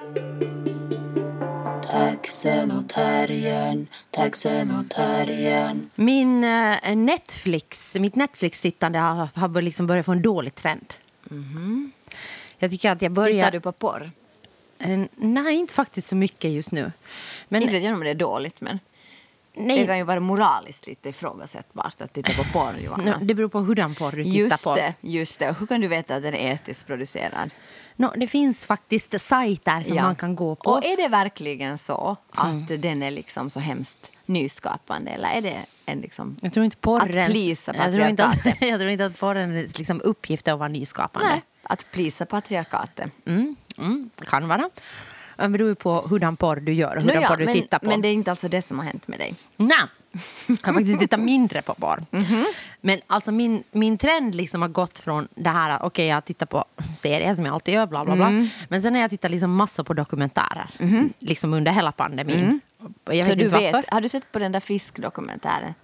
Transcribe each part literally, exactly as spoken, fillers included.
Taxen och terriern, taxen och terriern. Min uh, Netflix, mitt Netflix-tittande har, har liksom börjat få en dålig trend. Mm-hmm. Jag tycker att jag börjar... Tittar du på porr? Uh, nej, inte faktiskt så mycket just nu. Men... Inte vet jag om det är dåligt, men... Nej. Det kan ju vara moraliskt lite ifrågasättbart att titta på porr, Johanna. No, det beror på hurdan porr du tittar just på. Det, just det. Hur kan du veta att den är etiskt producerad? No, det finns faktiskt sajter som ja. man kan gå på. Och är det verkligen så att mm. den är liksom så hemskt nyskapande? Eller är det en liksom... Jag tror inte porren... Att plisa jag tror inte att, patriarkatet? jag tror inte att porrens liksom, uppgift är att vara nyskapande. Nej, att plisa patriarkatet. Mm, mm, kan vara. Det beror på hurdan porr du gör och hurdan no, ja, porr du men, tittar på. Men det är inte alltså det som har hänt med dig. Nej, jag har faktiskt tittat mindre på porr. Mm-hmm. Men alltså min, min trend liksom har gått från det här, okej okay, jag tittar på serier som jag alltid gör, bla bla bla. Mm. Men sen har jag tittat liksom massor på dokumentärer, Mm-hmm. liksom under hela pandemin. Mm. Jag Så vet du inte vet, varför. har du sett på den där fiskdokumentären?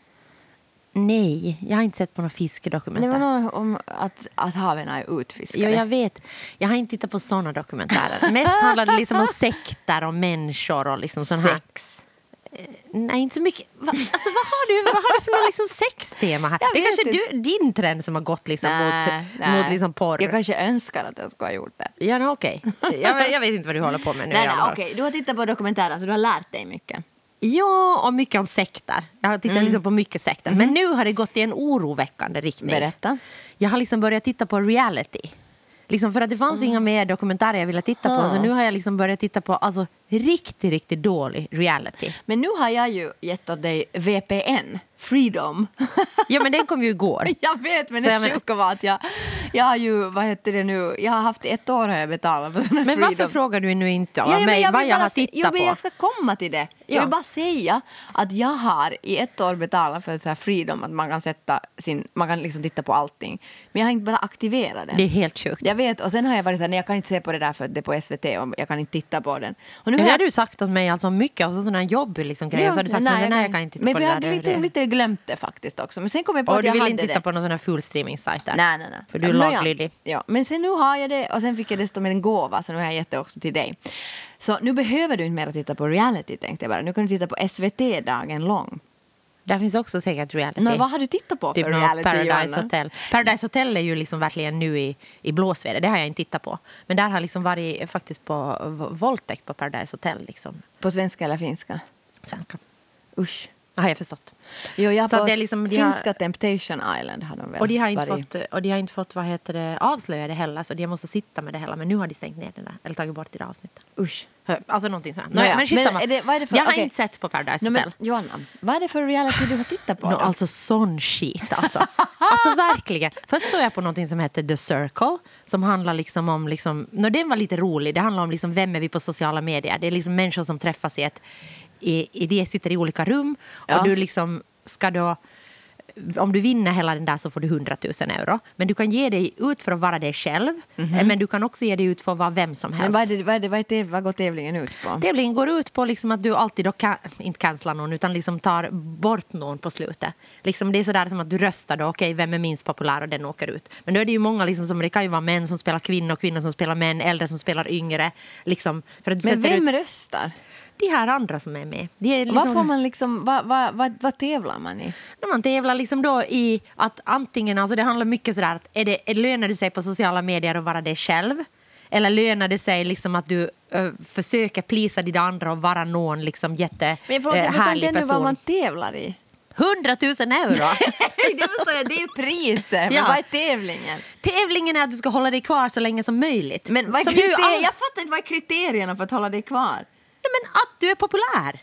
Nej, jag har inte sett på någon fiskedokumentär. Det var något om att, att haven är utfiskade. Jo, jag vet. Jag har inte tittat på sådana dokumentärer. Mest handlar det liksom om sekter och människor och liksom sån här... Sex. Nej, inte så mycket. Va, alltså, vad har du, vad har du för någon liksom sextema här? Jag Det är vet kanske du, din trend som har gått liksom Nej, mot, nej. mot liksom porr. Jag kanske önskar att jag skulle ha gjort det. Ja, no, okej. Okay. Jag, jag vet inte vad du håller på med nu. Nej, nej, okej. Okay. Du har tittat på dokumentärer så du har lärt dig mycket. Ja, och mycket om sekter. Jag har tittat Mm. liksom på mycket sekter. Men nu har det gått i en oroväckande riktning. Berätta. Jag har liksom börjat titta på reality. Liksom för att det fanns mm. inga mer dokumentärer jag ville titta på. Så nu har jag liksom börjat titta på alltså, riktigt, riktigt dålig reality. Men nu har jag ju gett åt dig V P N. Freedom. Ja, men den kom ju igår. Jag vet, men Så det jag men- sjuka var att jag, jag har ju, vad heter det nu, jag har haft ett år har jag betalat för såna Men Freedom. varför frågar du nu inte av Ja, ja, men mig jag vad vill jag bara har se- tittat jo, men på? jag ska komma till det. Jag Ja. vill bara säga att jag har i ett år betalat för så här Freedom att man kan sätta sin, man kan liksom titta på allting. Men jag har inte bara aktiverat den. Det är helt sjukt. Jag vet, och sen har jag varit så här, nej jag kan inte se på det där för det är på S V T och jag kan inte titta på den. Och nu Men har det jag har du sagt åt mig alltså mycket av sådana jobb liksom grejer. Så har du sagt nej, nej, jag kan inte titta men på för det jag där. hade lite, det. lite glömt det faktiskt också. Men sen kom jag på Och att du jag vill hade inte titta det. på någon sån här full streaming-sajter. Nej, nej, nej. För du är Ja, men laglydig. Ja, ja, men sen nu har jag det och sen fick jag det som en gåva så nu har jag gett det också till dig. Så nu behöver du inte mer att titta på reality tänkte jag bara. Nu kan du titta på S V T dagen lång. Där finns också säkert reality. Nå, vad har du tittat på Typ för någon reality, Paradise Johanna? Hotel. Paradise Hotel är ju liksom verkligen nu i, i blåsväder. Det har jag inte tittat på. Men där har liksom varit faktiskt på v- våldtäkt på Paradise Hotel. Liksom. På svenska eller finska? Svenska. Usch. Ja, jag har förstått. Jo, jag Så på att det är liksom- de har- finska Temptation Island har de väl Och de har inte varit. fått, och de har inte fått vad heter det, avslöja det heller. Så de måste sitta med det hela. Men nu har de stängt ner det där. Eller tagit bort det där avsnittet. Usch. Alltså någonting sånt. Nåja, Men skitsamma. men är det- vad är det för- jag har okej. inte sett på Paradise No, Hotel. men, Johanna, vad är det för reality du har tittat på? No, då? alltså sån skit alltså. Alltså verkligen. Först såg jag på någonting som heter The Circle. Som handlar liksom om, liksom, no, den var lite rolig. Det handlar om liksom, vem är vi på sociala medier. Det är liksom människor som träffas i ett, i, i det sitter i olika rum. Ja. Och du liksom ska då, om du vinner hela den där så får du hundratusen euro. Men du kan ge dig ut för att vara dig själv. Mm-hmm. Men du kan också ge dig ut för att vara vem som helst. Men vad, är det, vad, är det, vad, är det, vad går tävlingen ut på? Tävlingen går ut på liksom att du alltid då kan, inte cancelar någon utan liksom tar bort någon på slutet. Liksom det är sådär som att du röstar då, okej, vem är minst populär och den åker ut. Men då är det ju många liksom som, det kan ju vara män som spelar kvinnor, kvinnor som spelar män, äldre som spelar yngre. Liksom, för att du Men sätter vem ut röstar? de här andra som är med. De är Vad liksom, får man liksom, vad, vad, vad, vad tävlar man i? när man tävlar liksom då i att antingen, alltså det handlar mycket sådär att är det, är, lönar det sig på sociala medier att vara dig själv? Eller lönar det sig liksom att du ö, försöker plisa de andra och vara någon liksom jätte Men förlåt, jag äh, förstår härlig inte ännu vad person? man tävlar i. Hundratusen euro! det förstår jag, det är ju priset. Men Ja. vad är tävlingen? Tävlingen är att du ska hålla dig kvar så länge som möjligt. Men vad är Som kriter- du all- jag fattar inte vad är kriterierna för att hålla dig kvar. Nej, men att du är populär.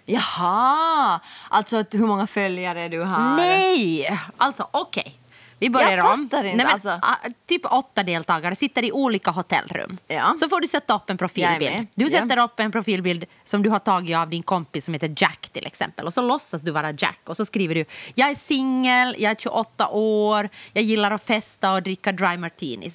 Jaha, alltså att hur många följare du har. Nej! Alltså, okej. Okay. Vi börjar Jag om. fattar inte, Nej, men, alltså. ah, typ åtta deltagare sitter i olika hotellrum. Ja. Så får du sätta upp en Jag är profilbild. med. Du Ja. sätter upp en profilbild som du har tagit av din kompis som heter Jack till exempel. Och så låtsas du vara Jack. Och så skriver du, jag är singel, jag är tjugoåtta år, jag gillar att festa och dricka dry martinis.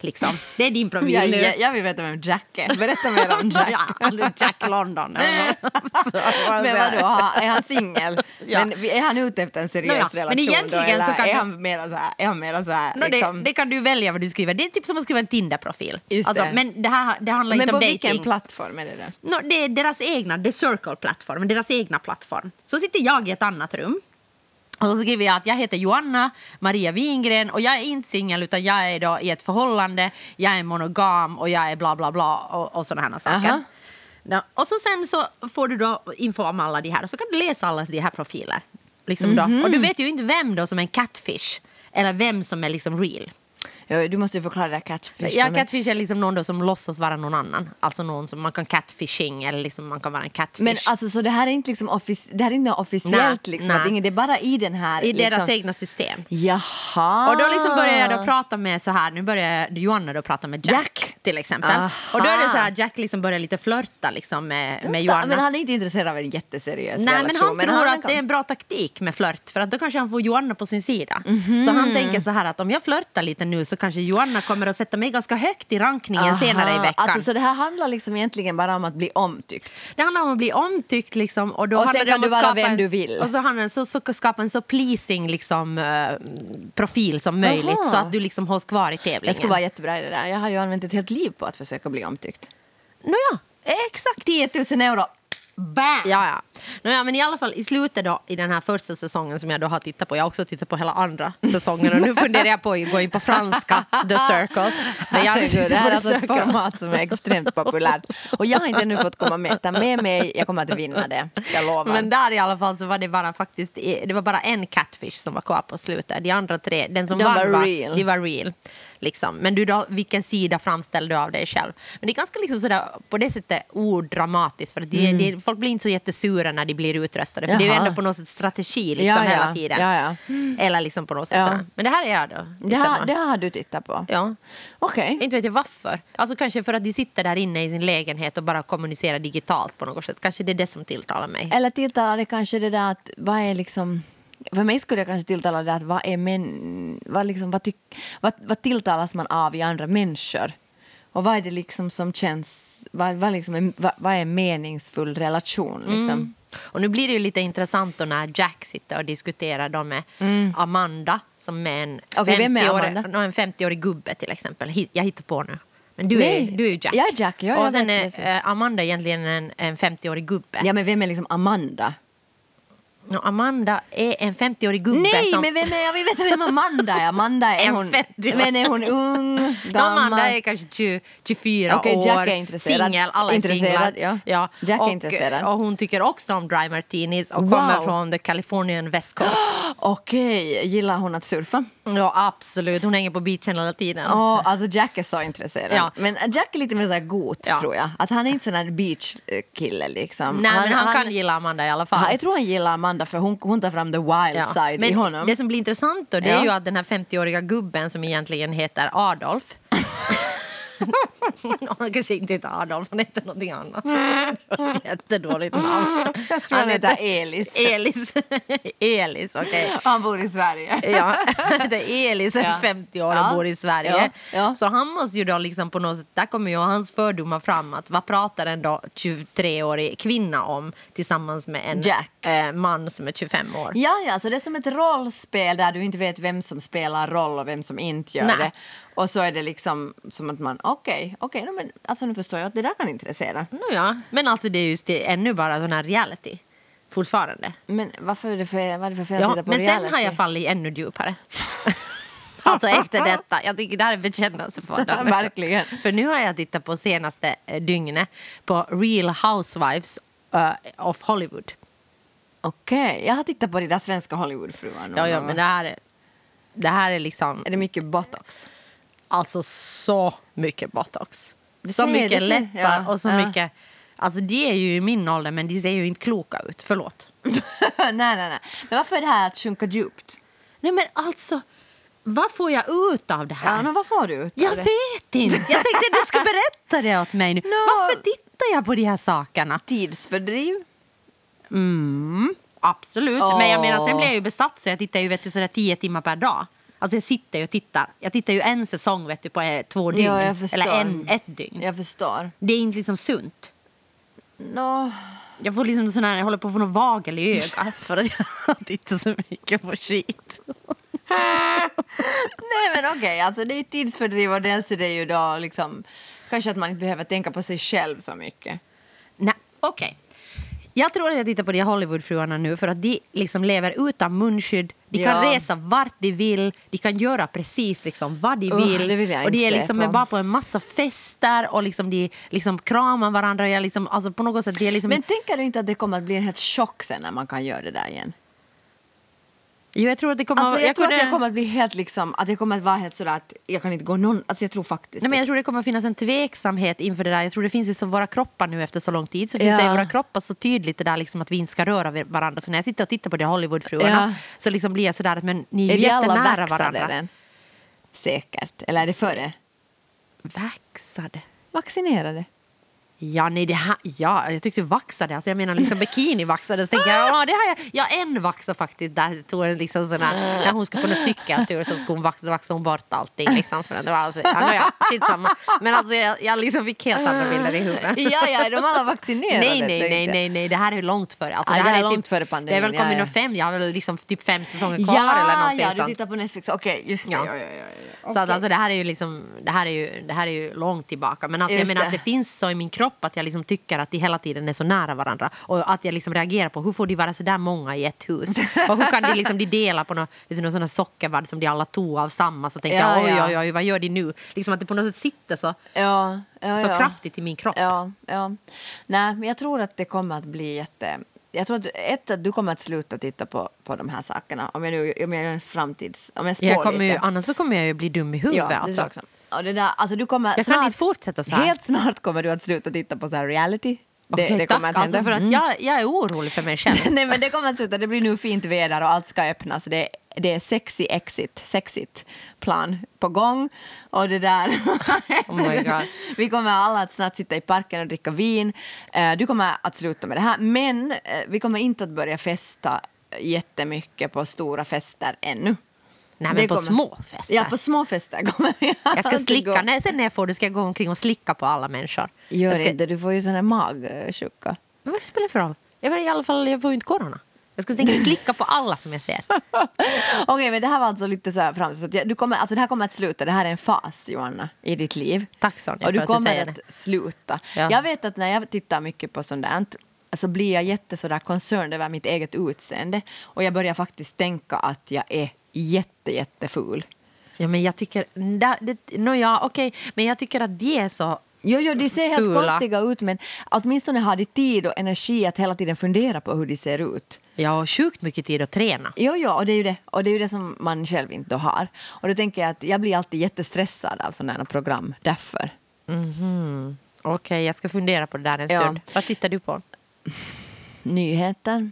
liksom. Det är din profil Jag, nu. jag, jag vill veta vem Jack är. Berätta mer om Jack. Ja, Jack London. Så, Men vadå, har- är han singel? Ja. Men är han ute efter en seriös Nå ja, relation men egentligen då, eller så kan är du- han mer så här, är han mer så här no, liksom... det, det kan du välja vad du skriver. Det är typ som att skriva en Tinder-profil. Just Alltså, det. men det här det handlar Men inte på om vilken dating. plattform är det där? No, det är deras egna, The Circle-plattform, deras egna plattform. Så sitter jag i ett annat rum. Och så skriver jag att jag heter Joanna Maria Wingren och jag är inte singel utan jag är då i ett förhållande, jag är monogam och jag är bla bla bla och, och sådana här saker. Aha. Ja, och så sen så får du då info om alla de här och så kan du läsa alla de här profiler. Liksom då. Och du vet ju inte vem då som är en catfish eller vem som är liksom real. Ja, du måste ju förklara det här catfish. Ja, men- catfish är liksom någon då som låtsas vara någon annan. Alltså någon som man kan catfishing eller liksom man kan vara en catfish. Men alltså så det här är inte liksom offic- det här är inte officiellt Nej, liksom, nej. att det är ingen- det är bara i den här I liksom... deras egna system. Jaha. Och då liksom börjar jag då prata med så här, nu börjar Joanna då prata med Jack, Jack. till exempel. Aha. Och då är det så här, Jack liksom börjar lite flörta liksom med, med Ja, Joanna. men han är inte intresserad av en jätteseriös Nej, relation. men han tror han att det är en bra taktik med flört för att då kanske han får Joanna på sin sida. Så han tänker så här att om jag flörtar lite nu så kanske Joanna kommer att sätta mig ganska högt i rankningen Aha. senare i veckan. Alltså, så det här handlar liksom egentligen bara om att bli omtyckt. Det handlar om att bli omtyckt liksom, och då Och sen handlar det kan om du att vara skapa vem en, du vill. Och så handlar det så, så skapa en så pleasing liksom, eh, profil som möjligt Aha. så att du liksom hålls kvar i tävlingen. Jag skulle vara jättebra i det där. Jag har ju använt ett helt liv på att försöka bli omtyckt. Nåja, exakt. tio tusen euro. Bam! Ja, ja. Nåja, men i alla fall i slutet då, i den här första säsongen som jag då har tittat på. Jag har också tittat på hela andra säsongen och nu funderar jag på att gå in på franska The Circle. Men jag har Herregud, inte det här är på alltså ett Circle. format som är extremt populärt. Och jag har inte ännu fått komma med. Ta med mig, jag kommer att vinna det. Jag lovar. Men där i alla fall så var det bara faktiskt det var bara en catfish som var kvar på slutet. De andra tre, den som De vann var var real. de var real. Liksom. Men du då, vilken sida framställde du av dig själv? Men det är ganska liksom sådär på det sättet odramatiskt för att det, Mm. det, folk blir inte så jättesura när de blir utröstade för det är ju Jaha. ändå på något sätt strategi liksom Ja, ja. hela tiden. Ja, ja. Eller liksom på något sätt Ja. sådär. Men det här är jag då. det, här, det här har du tittat på? Ja. Okej. Inte vet jag varför. Alltså kanske för att de sitter där inne i sin lägenhet och bara kommunicerar digitalt på något sätt. Kanske det är det som tilltalar mig. Eller tilltalar det kanske det där att vad är liksom... För mig skulle jag kanske tilltala det att vad är män... Vad, liksom, vad, tyck, vad, vad tilltalas man av i andra människor? Och vad är det liksom som känns... Vad, vad, liksom är, vad, vad är en meningsfull relation liksom? Mm. Och nu blir det ju lite intressant då när Jack sitter och diskuterar då med Amanda som är en Okej, vem är femtioårig, Amanda? nå, en femtioårig gubbe till exempel. Hi- Jag hittar på nu. Men du är, Nej, du är ju Jack. jag är Jack, ja, jag och sen vet är precis. eh, Amanda egentligen en, en femtioårig gubbe. Ja, men vem är liksom Amanda? Nå, Amanda är en femtioårig gubbe Nej, som... men vem är, jag vill veta vem Amanda är. Amanda är En hon... femtio. Men är hon ung, Nå, gammal? Amanda är kanske tjugo, tjugofyra Okej, år, Jack är intresserad. singel, alla är Intresserad, singlar. ja. Jack är och, intresserad. Och hon tycker också om dry martinis och Wow. kommer från the Californian West Coast. Okej, gillar hon att surfa? Ja, absolut. Hon hänger på beachen hela tiden. Ja, alltså Jack är så intresserad. Ja. Men Jack är lite mer så här god, Ja. tror jag. Att han är inte sån här beach-kille liksom. Nej, men han, kan gilla Amanda i alla fall. Ja, jag tror han gillar Amanda för hon, hon tar fram the wild Ja. side Men i honom. det som blir intressant då, det är Ja. ju att den här femtioåriga gubben som egentligen heter Adolf. Han kanske inte heter Adolf, han heter någonting annat. Jättedåligt namn. Jag tror han heter Elis. Elis. Elis, okej. Han bor i Sverige. Ja, det är Elis, är Ja. femtio år och Ja. bor i Sverige. Ja. Ja. Så han måste ju då liksom på något sätt, där kommer ju hans fördomar fram att vad pratar en då tjugotreårig kvinna om tillsammans med en Jack. eh, man som är tjugofem år. Ja, ja, så det är som ett rollspel där du inte vet vem som spelar roll och vem som inte gör Nej. det. Och så är det liksom som att man, okej, okej, no, men alltså nu förstår jag att det där kan intressera. No, ja. Men alltså det är just det, ännu bara sån här reality fortfarande. Men varför är det för, vad är det för fel att Ja, titta på men reality? sen har jag fallit ännu djupare. Alltså efter detta. Jag tycker det här är bekännelsepodden. Verkligen. För nu har jag tittat på senaste eh, dygnet på Real Housewives uh, of Hollywood. Okej, jag har tittat på de där svenska Hollywoodfruarna. Ja, ja, men det här är, det här är liksom Är det mycket botox? alltså så mycket botox. Det Så ser- mycket det ser- läppar ja, och så ja. mycket. Alltså de är ju i min ålder men de ser ju inte kloka ut. Förlåt. nej, nej, nej. Men varför är det här att sjunka djupt? Nej men alltså, vad får jag ut av det här? Ja, men vad får du ut av Jag det? vet inte. Jag tänkte att du ska berätta det åt mig nu. No. Varför tittar jag på de här sakerna? Tidsfördriv? Mm, absolut. Åh. Men jag menar, sen blir jag ju besatt så jag tittar ju vet du, sådär tio timmar per dag. Alltså jag sitter ju och tittar. Jag tittar ju en säsong vet du, på eh, två dygn. Ja, jag förstår. Eller en, ett dygn. Jag förstår. Det är inte liksom sunt. Nå... Jag får liksom sån här, jag håller på att få någon vagel i ögat för att jag tittar så mycket på skit. Nej men okej, okay. Alltså det är tidsfördriv och dels är det ju då liksom kanske att man inte behöver tänka på sig själv så mycket. Nej, okej. Okay. Jag tror att jag tittar på de Hollywoodfruarna nu för att de liksom lever utan munskydd. De kan Ja. resa vart de vill. De kan göra precis liksom vad de Uh, vill. det vill jag och de inte är se liksom på. bara på en massa fester och liksom de liksom kramar varandra. Och jag liksom, alltså på något sätt, det är liksom... Men tänker du inte att det kommer att bli en helt chock sen när man kan göra det där igen? Jo, jag tror att det kommer... Alltså jag, jag tror kunde... att jag kommer att bli helt liksom, att jag kommer att vara helt sådär att jag kan inte gå någon, alltså jag tror faktiskt. Nej, men jag tror det kommer att finnas en tveksamhet inför det där. Jag tror det finns i så våra kroppar nu efter så lång tid. Så finns Ja. det i våra kroppar så tydligt det där liksom att vi inte ska röra varandra. Så när jag sitter och tittar på de Hollywoodfruarna Ja. så liksom blir jag sådär att men ni är, är ju vi alla jättenära vaxade varandra. den? Säkert. Eller är det före? Vaxade? Vaccinerade. Ja, nej, det här, ja, jag tyckte vaxade. Alltså jag menar liksom bikini-vaxade. Så tänkte jag, ja, det har jag. Jag en vaxa faktiskt. Där tog en liksom sån här, när hon skulle på en cykeltur så skulle hon vaxa, vaxa hon bort allting. Liksom, för det var alltså, ja, ja, skitsamma. Men alltså jag, jag liksom fick helt andra bilder i huvudet. Ja, ja, är de alla vaccinerade? Nej, nej, nej, nej, nej, det här är långt före. Alltså, Ja, det här det är är långt typ, före pandemin, det är väl ja, kommit ja. fem, jag har väl liksom typ fem säsonger kvar Ja, eller någonting ja, du sånt. tittar på Netflix. Okej, okay, just det. Ja. Ja, ja, ja, ja. Så att, alltså, det här är ju liksom, det här är ju, det här är ju långt tillbaka. Men alltså, jag Just menar det. att det finns så i min kropp att jag liksom tycker att de hela tiden är så nära varandra. Och att jag liksom reagerar på hur får de vara så där många i ett hus? Och hur kan de liksom de dela på någon, vet du, någon sån här sockervadd som de alla tog av samma. Så tänker Ja, jag, oj, ja. oj, oj, vad gör de nu? Liksom att det på något sätt sitter så, Ja, ja, så ja. kraftigt i min kropp. Ja, ja. Nej, men jag tror att det kommer att bli jätte... Jag tror att ett, att du kommer att sluta titta på, på de här sakerna. Om jag nu om jag gör en framtids... Om jag spår Jag kommer ju, lite. annars så kommer jag ju bli dum i huvudet. Ja, det alltså. tror jag också. Och det där, alltså du kommer Jag kan inte fortsätta så här. Helt snart kommer du att sluta titta på så här reality. Det, Okej, det kommer tack, att hända. alltså för att Mm. jag, jag är orolig för mig själv. Nej, men det kommer att sluta. Det blir nu fint väder och allt ska öppnas. Det, det är sexy exit, sexit plan på gång. Och det där... Oh my God. Vi kommer alla att snart sitta i parken och dricka vin. Eh, Du kommer att sluta med det här. Men eh, vi kommer inte att börja festa jättemycket på stora fester ännu. Nej, men Det på kommer- små fester. Ja, på små fester kommer vi Jag ska att slicka, gå. nej, sen när jag får det ska jag gå omkring och slicka på alla människor. Gör jag ska, inte, du får ju sån här magsjuka. Men vad spelar det för roll? Jag vet, i alla fall, jag får ju inte corona. Jag ska tänka slicka på alla som jag ser. Okej, men det här var alltså lite så här fram så att jag, du kommer, alltså det här kommer att sluta. Det här är en fas, Johanna, i ditt liv. Tack, Sonja, Och du för att du kommer säger att det. sluta. Ja. Jag vet att när jag tittar mycket på sånt där så blir jag jätte så där concerned över mitt eget utseende. Och jag börjar faktiskt tänka att jag är jätte, jätteful. Ja, men jag tycker... Det, det, no, ja, okej, men jag tycker att de är så... Jo, jo, de ser helt Fula. konstiga ut, men åtminstone har de tid och energi att hela tiden fundera på hur de ser ut. Jag har sjukt mycket tid att träna. Jo, jo, och det är ju det. Och det är ju det som man själv inte då har. Och då tänker jag att jag blir alltid jättestressad av sådana här program, därför. Mhm. Okej, jag ska fundera på det där en Ja. stund. Vad tittar du på? Nyheter.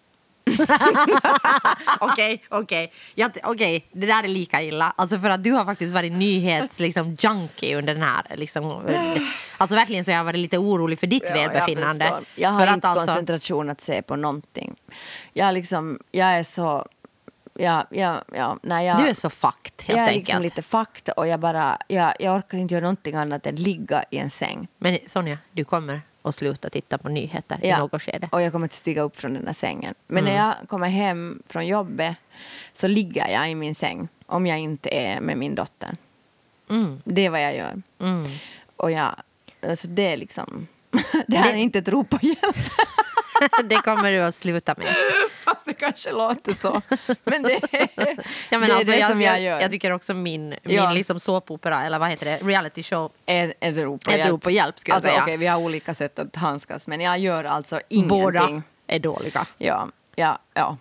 Okej, okej. Jag- Okej, det där är lika illa. Alltså för att du har faktiskt varit nyhets liksom, junkie under den här. Liksom, alltså verkligen så jag har varit lite orolig för ditt välbefinnande. Jag, jag har för att inte alltså, koncentration att se på någonting. Jag, liksom, jag är så... Ja, ja, ja, nej, jag, Du är så fucked helt jag är enkelt. liksom lite fucked och jag, bara, jag, jag orkar inte göra någonting annat än ligga i en säng. Men Sonja, du kommer att sluta titta på nyheter i Ja, något skede. och jag kommer att stiga upp från den här sängen. Men Mm. när jag kommer hem från jobbet så ligger jag i min säng om jag inte är med min dotter. Mm. Det är vad jag gör. Mm. Och jag, alltså det är liksom... det här är inte ett rop på hjälp. Det kommer du att sluta med. Fast det kanske låter så. Men det är Ja, men det, är alltså, det jag, som jag jag, gör. jag tycker också min, min Ja. liksom såpopera, eller vad heter det, reality show. Ett, ett rop på Ett hjälp. rop på hjälp, skulle jag alltså, säga. okej, vi har olika sätt att handskas. Men jag gör alltså ingenting. Båda är dåliga. Ja, ja, ja.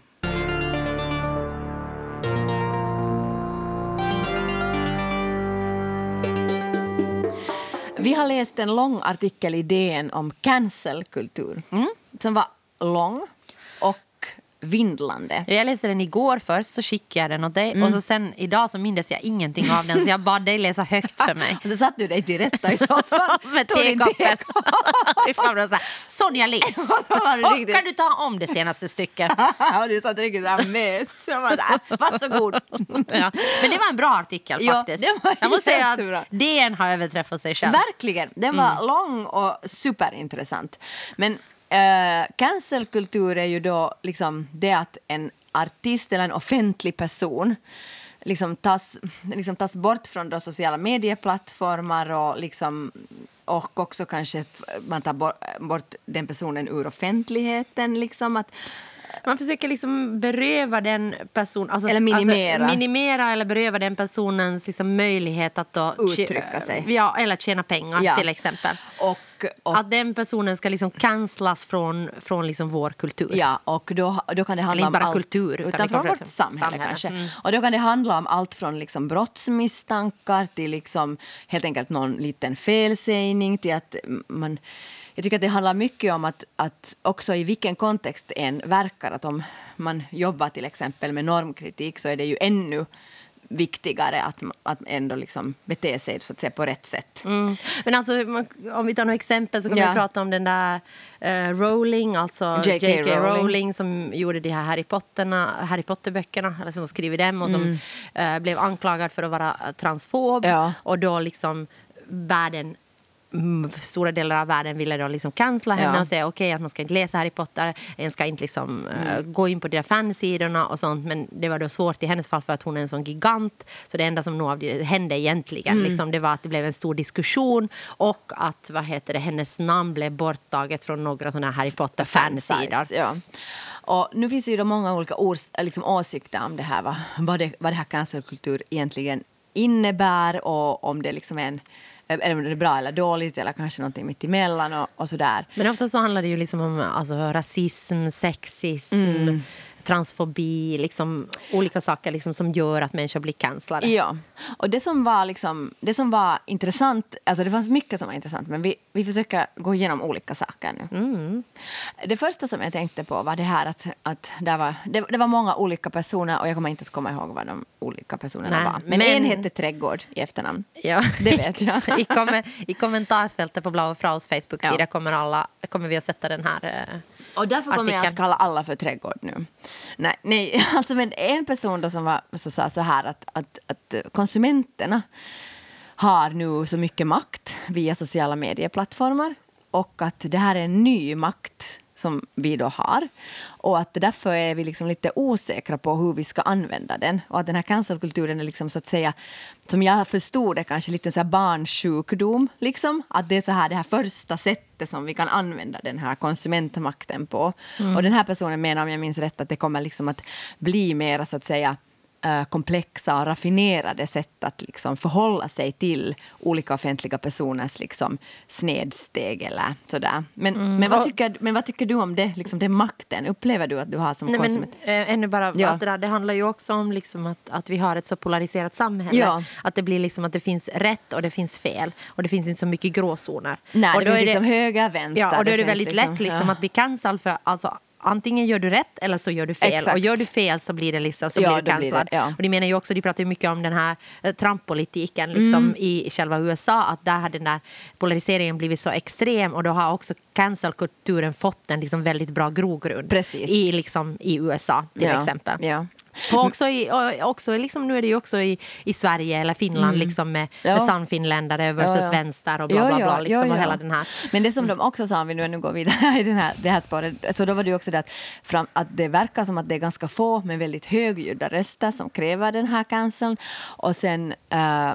Vi har läst en lång artikel i D N om cancelkultur. Mm. Som var lång och vindlande. Jag läste den igår först, så skickade jag den åt dig. Mm. Och så sen idag så mindes jag ingenting av den, så jag bad dig läsa högt för mig. Och så satt du dig till rätta i soffan. Med tekoppen. Sonja, läs. Och kan du ta om det senaste stycket? Och du satt riktigt där mes. Jag var där, varsågod. Ja. Men det var en bra artikel faktiskt. Ja, jag måste säga att D N har överträffat sig själv. Verkligen. Den var Mm. lång och superintressant. Men uh, cancelkultur är ju då liksom det att en artist eller en offentlig person liksom tas, liksom tas bort från de sociala medieplattformar och liksom och också kanske man tar bort, bort den personen ur offentligheten liksom att man försöker liksom beröva den person alltså, eller minimera. Alltså, minimera eller beröva den personens liksom möjlighet att då uttrycka sig. Ja, eller tjäna pengar ja. till exempel. Och, och att den personen ska liksom kanslas från, från liksom vår kultur. Ja, och då, då kan det handla om bara allt, kultur utan, utan från vårt samhälle, samhälle. kanske. Mm. Och då kan det handla om allt från liksom brottsmisstankar till liksom helt enkelt någon liten felsägning till att man. Jag tycker att det handlar mycket om att, att också i vilken kontext en verkar. Att om man jobbar till exempel med normkritik så är det ju ännu viktigare att, att ändå liksom bete sig så att säga, på rätt sätt. Mm. Men alltså, om vi tar några exempel så kan ja. vi prata om den där uh, Rowling, alltså J K. Rowling. Rowling som gjorde de här Harry, Potterna, Harry Potter-böckerna, eller som skrev dem och som mm. uh, blev anklagad för att vara transfob. Ja. Och då liksom världen stora delar av världen ville då liksom cancella henne ja. och säga okej okay, att man ska inte läsa Harry Potter, en ska inte liksom mm. uh, gå in på de där fansidorna och sånt, men det var då svårt i hennes fall för att hon är en sån gigant, så det enda som nog av det hände egentligen mm. liksom, det var att det blev en stor diskussion och att vad heter det, hennes namn blev borttaget från några sådana Harry Potter fansidor. Ja. Och nu finns det ju då många olika års, liksom åsikter om det här, va? Vad, det, vad det här cancelkultur egentligen innebär och om det liksom är en eller om det är bra eller dåligt eller kanske någonting mitt emellan och, och sådär. Men ofta så handlar det ju liksom om alltså, rasism, sexism, mm. transfobi, liksom olika saker liksom, som gör att människor blir cancellade. Ja, och det som var, liksom, det som var intressant, alltså det fanns mycket som var intressant, men vi, vi försöker gå igenom olika saker nu. Mm. Det första som jag tänkte på var det här att, att det, var, det, det var många olika personer och jag kommer inte att komma ihåg vad de olika personerna Nej, var. Men, men en hette Trädgård i efternamn. Ja. Det vet jag. I, kom, I kommentarsfältet på Blå Fraus Facebook-sida ja. kommer, alla, kommer vi att sätta den här eh, och därför kommer artikeln. jag att kalla alla för Trädgård nu. Nej, nej alltså men en person då som var, så sa så här att, att, att konsumenterna har nu så mycket makt via sociala medieplattformar och att det här är en ny makt som vi då har och att därför är vi liksom lite osäkra på hur vi ska använda den och att den här cancelkulturen är liksom så att säga, som jag förstod det kanske lite så här barnsjukdom liksom, att det är så här det här första sättet som vi kan använda den här konsumentmakten på mm. och den här personen menar om jag minns rätt att det kommer liksom att bli mer så att säga komplexa och raffinerade sätt att liksom förhålla sig till olika offentliga personers liksom snedsteg eller sådär. Men, mm. men, vad tycker, men vad tycker du om det, liksom den makten? Upplever du att du har som Nej, konsument? Men, äh, ännu bara ja. att det, där, det handlar ju också om liksom att, att vi har ett så polariserat samhälle. Ja. Att det blir liksom att det finns rätt och det finns fel. Och det finns inte så mycket gråzoner. Nej, och det då finns är liksom det, höger, vänster. Ja, och då är det, det väldigt liksom, lätt liksom ja. att bli cancellad för alltså antingen gör du rätt eller så gör du fel. Exakt. Och gör du fel så blir det liksom så ja, blir du cancellad. Ja. Och de menar ju också, de pratar ju mycket om den här eh, Trump-politiken liksom mm. i själva U S A, att där har den där polariseringen blivit så extrem och då har också cancelkulturen fått en liksom väldigt bra grogrund. Precis. I liksom i U S A till ja. exempel. Ja. Och också, i, och också liksom, nu är det ju också i, i Sverige eller Finland mm. liksom med, ja. med sannfinländare versus ja, ja. vänster och bla bla bla liksom, ja, ja. och hela den här. Men det som de också sa, om vi nu, nu går vidare i den här, det här spåret, så då var det ju också det att, fram, att det verkar som att det är ganska få men väldigt högljudda röster som kräver den här canceln och sen uh,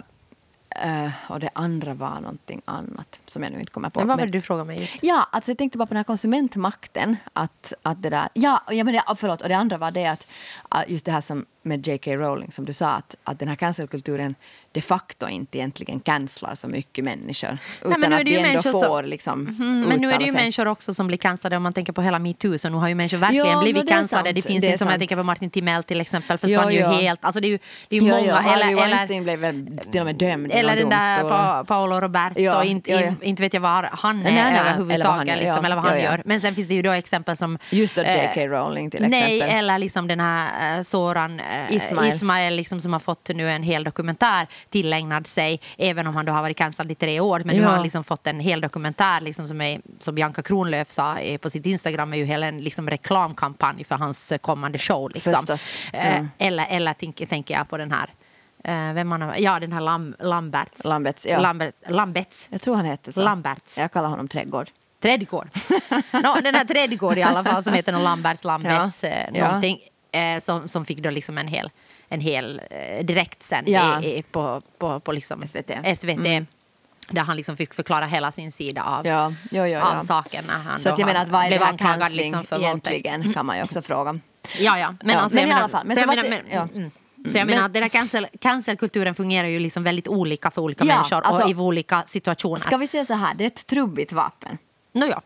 Uh, och det andra var någonting annat som jag nu inte kommer på. Men vad var det du frågade mig just? Ja, alltså jag tänkte bara på den här konsumentmakten. Att, att det där, ja, ja, men det, förlåt, och det andra var det att just det här som med J K Rowling som du sa att, att den här cancelkulturen de facto inte egentligen cancelar så mycket människor utan Nej, att de ändå får som, liksom mm, men nu är det ju sig. människor också som blir cancellade om man tänker på hela MeToo, så nu har ju människor verkligen ja, blivit cancellade. Det finns det inte som sant. jag tänker på Martin Timell till exempel försvann jo, ju jo. helt, alltså det är ju, det är ju jo, många jo. Harvey eller, Weinstein blev väl till och med dömd eller den där domstol. pa, Paolo Roberto ja, inte, ja, ja. inte vet jag var han är nej, nej, överhuvudtaget eller vad han, liksom, ja, eller vad han ja, ja. gör, men sen finns det ju då exempel som just då J K eh, Rowling till exempel. nej, eller liksom den här uh, Soran uh, Ismail, Ismail liksom, som har fått nu en hel dokumentär tillägnad sig, även om han då har varit cancellad i tre år, men ja. nu har han liksom fått en hel dokumentär liksom, som, är, som Bianca Kronlöf sa är på sitt Instagram, är ju hela en liksom, reklamkampanj för hans kommande show liksom. Mm. uh, eller, eller tänker tänk jag på den här uh, vem man har, ja den här Lam, Lamberts Lamberts, ja. Lamberts, Lamberts Jag tror han heter så. Lamberts. Jag kallar honom Trädgård. Trädgård. no, den här Trädgård i alla fall som heter någon Lamberts Lamberts ja. eh, någonting eh, som, som fick då liksom en hel, en hel eh, direkt sen ja. i, i, på, på, på liksom S V T. S V T Mm. Där han liksom fick förklara hela sin sida av, ja. Jo, jo, av ja. saken när han så att då jag menar att vad är blev det här anklagad cancelling liksom för egentligen våldtäkt. kan man ju också fråga. Ja, ja. Men, ja, alltså, men jag i menar, alla fall. Men så så jag var menar, det- ja. men, mm. Så jag Men- menar att den där cancel, cancelkulturen fungerar ju liksom väldigt olika för olika Ja, människor alltså- och i olika situationer. Ska vi säga så här, det är ett trubbigt vapen. No, ja.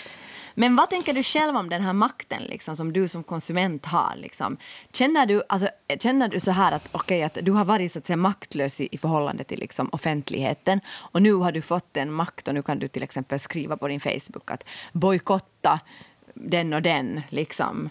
Men vad tänker du själv om den här makten liksom, som du som konsument har? Liksom? Känner, du, alltså, känner du så här att, okay, att du har varit så att säga, maktlös i, i förhållande till liksom, offentligheten och nu har du fått en makt och nu kan du till exempel skriva på din Facebook att bojkotta den och den liksom.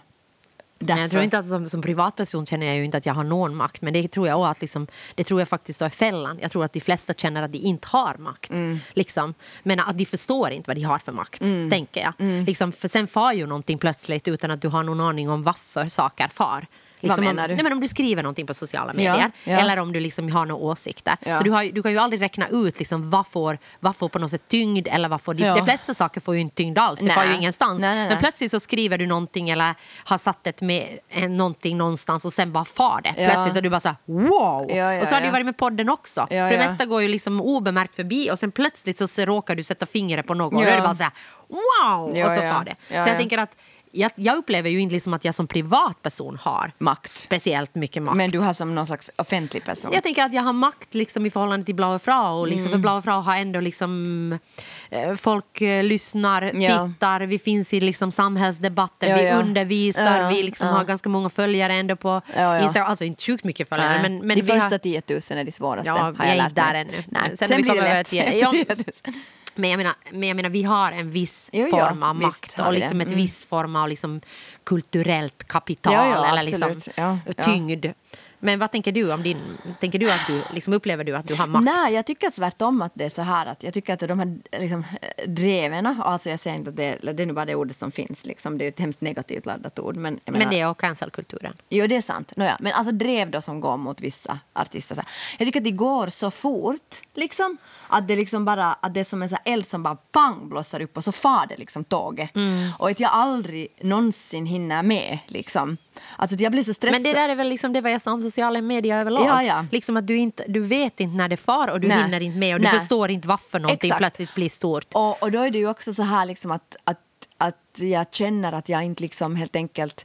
Men jag tror inte att som, som privatperson känner jag ju inte att jag har någon makt, men det tror jag också att liksom, det tror jag faktiskt är fällan. Jag tror att de flesta känner att de inte har makt. Mm. Liksom. Men att de förstår inte vad de har för makt, mm. tänker jag. Mm. Liksom, för sen far ju någonting plötsligt utan att du har någon aning om varför saker far. Liksom vad menar om, du? Nej, men om du skriver någonting på sociala medier ja, ja. eller om du liksom har några åsikter. Ja. Så du, har, du kan ju aldrig räkna ut liksom, vad, får, vad får på något sätt tyngd eller vad får... Ja. De flesta saker får ju inte tyngd alls. Det Nej. får ju ingenstans. Nej, nej, nej. Men plötsligt så skriver du någonting eller har satt ett med, eh, någonting någonstans och sen bara far det. Ja. Plötsligt och du bara så här, wow! Ja, ja, och så har ja. du varit med podden också. Ja, för det ja. mesta går ju liksom obemärkt förbi och sen plötsligt så, så råkar du sätta fingret på något och Ja. då är det bara så här, wow! Ja, och så ja. far det. Ja, så jag ja. tänker att jag, jag upplever ju inte liksom att jag som privatperson har Makt. speciellt mycket makt. Men du har som någon slags offentlig person. Jag tänker att jag har makt liksom i förhållande till Blå Frau. Liksom, Mm. För Blå Frau har ändå liksom... Eh, folk eh, lyssnar, Ja. tittar. Vi finns i liksom, samhällsdebatten. Ja, vi ja. undervisar. Ja, vi liksom ja. har ganska många följare ändå på Ja, ja. Instagram. Alltså inte sjukt mycket följare. Nej. Men, men de vi första har... tio tusen är de svåraste. Ja, har vi jag är lärt inte där mig. ännu. Nej. Men Sen, sen när vi blir det kommer lätt till- efter ja. tio tusen. Men jag, menar, men jag menar, vi har en viss Jo, jo, form av visst makt har och vi liksom det. ett Mm. viss form av liksom kulturellt kapital Ja, ja, eller liksom absolut. Ja, ja. tyngd. Men vad tänker du om din... Tänker du att du, liksom, upplever du att du har makt? Nej, jag tycker tvärtom att det är så här att jag tycker att de här liksom, dreven, alltså jag säger inte att det, det är nu bara det ordet som finns, liksom, det är ett hemskt negativt laddat ord. Men, jag menar, Men det är också cancelkulturen. Jo, det är sant. Nåja, men alltså drev då som går mot vissa artister. Så här. Jag tycker att det går så fort, liksom. Att det liksom bara, att det är som en så här eld som bara pang blossar upp och så far det liksom tåget. Mm. Och att jag aldrig någonsin hinner med, liksom. Alltså att jag blir så stressad. Men det där är väl liksom det vad jag sa om sociala medier överlag. Ja, ja. Liksom att du, inte, du vet inte när det far och du Nej. hinner inte med och du Nej. förstår inte varför någonting Exakt. plötsligt blir stort. Och, och då är det ju också så här liksom att, att, att jag känner att jag inte liksom helt enkelt...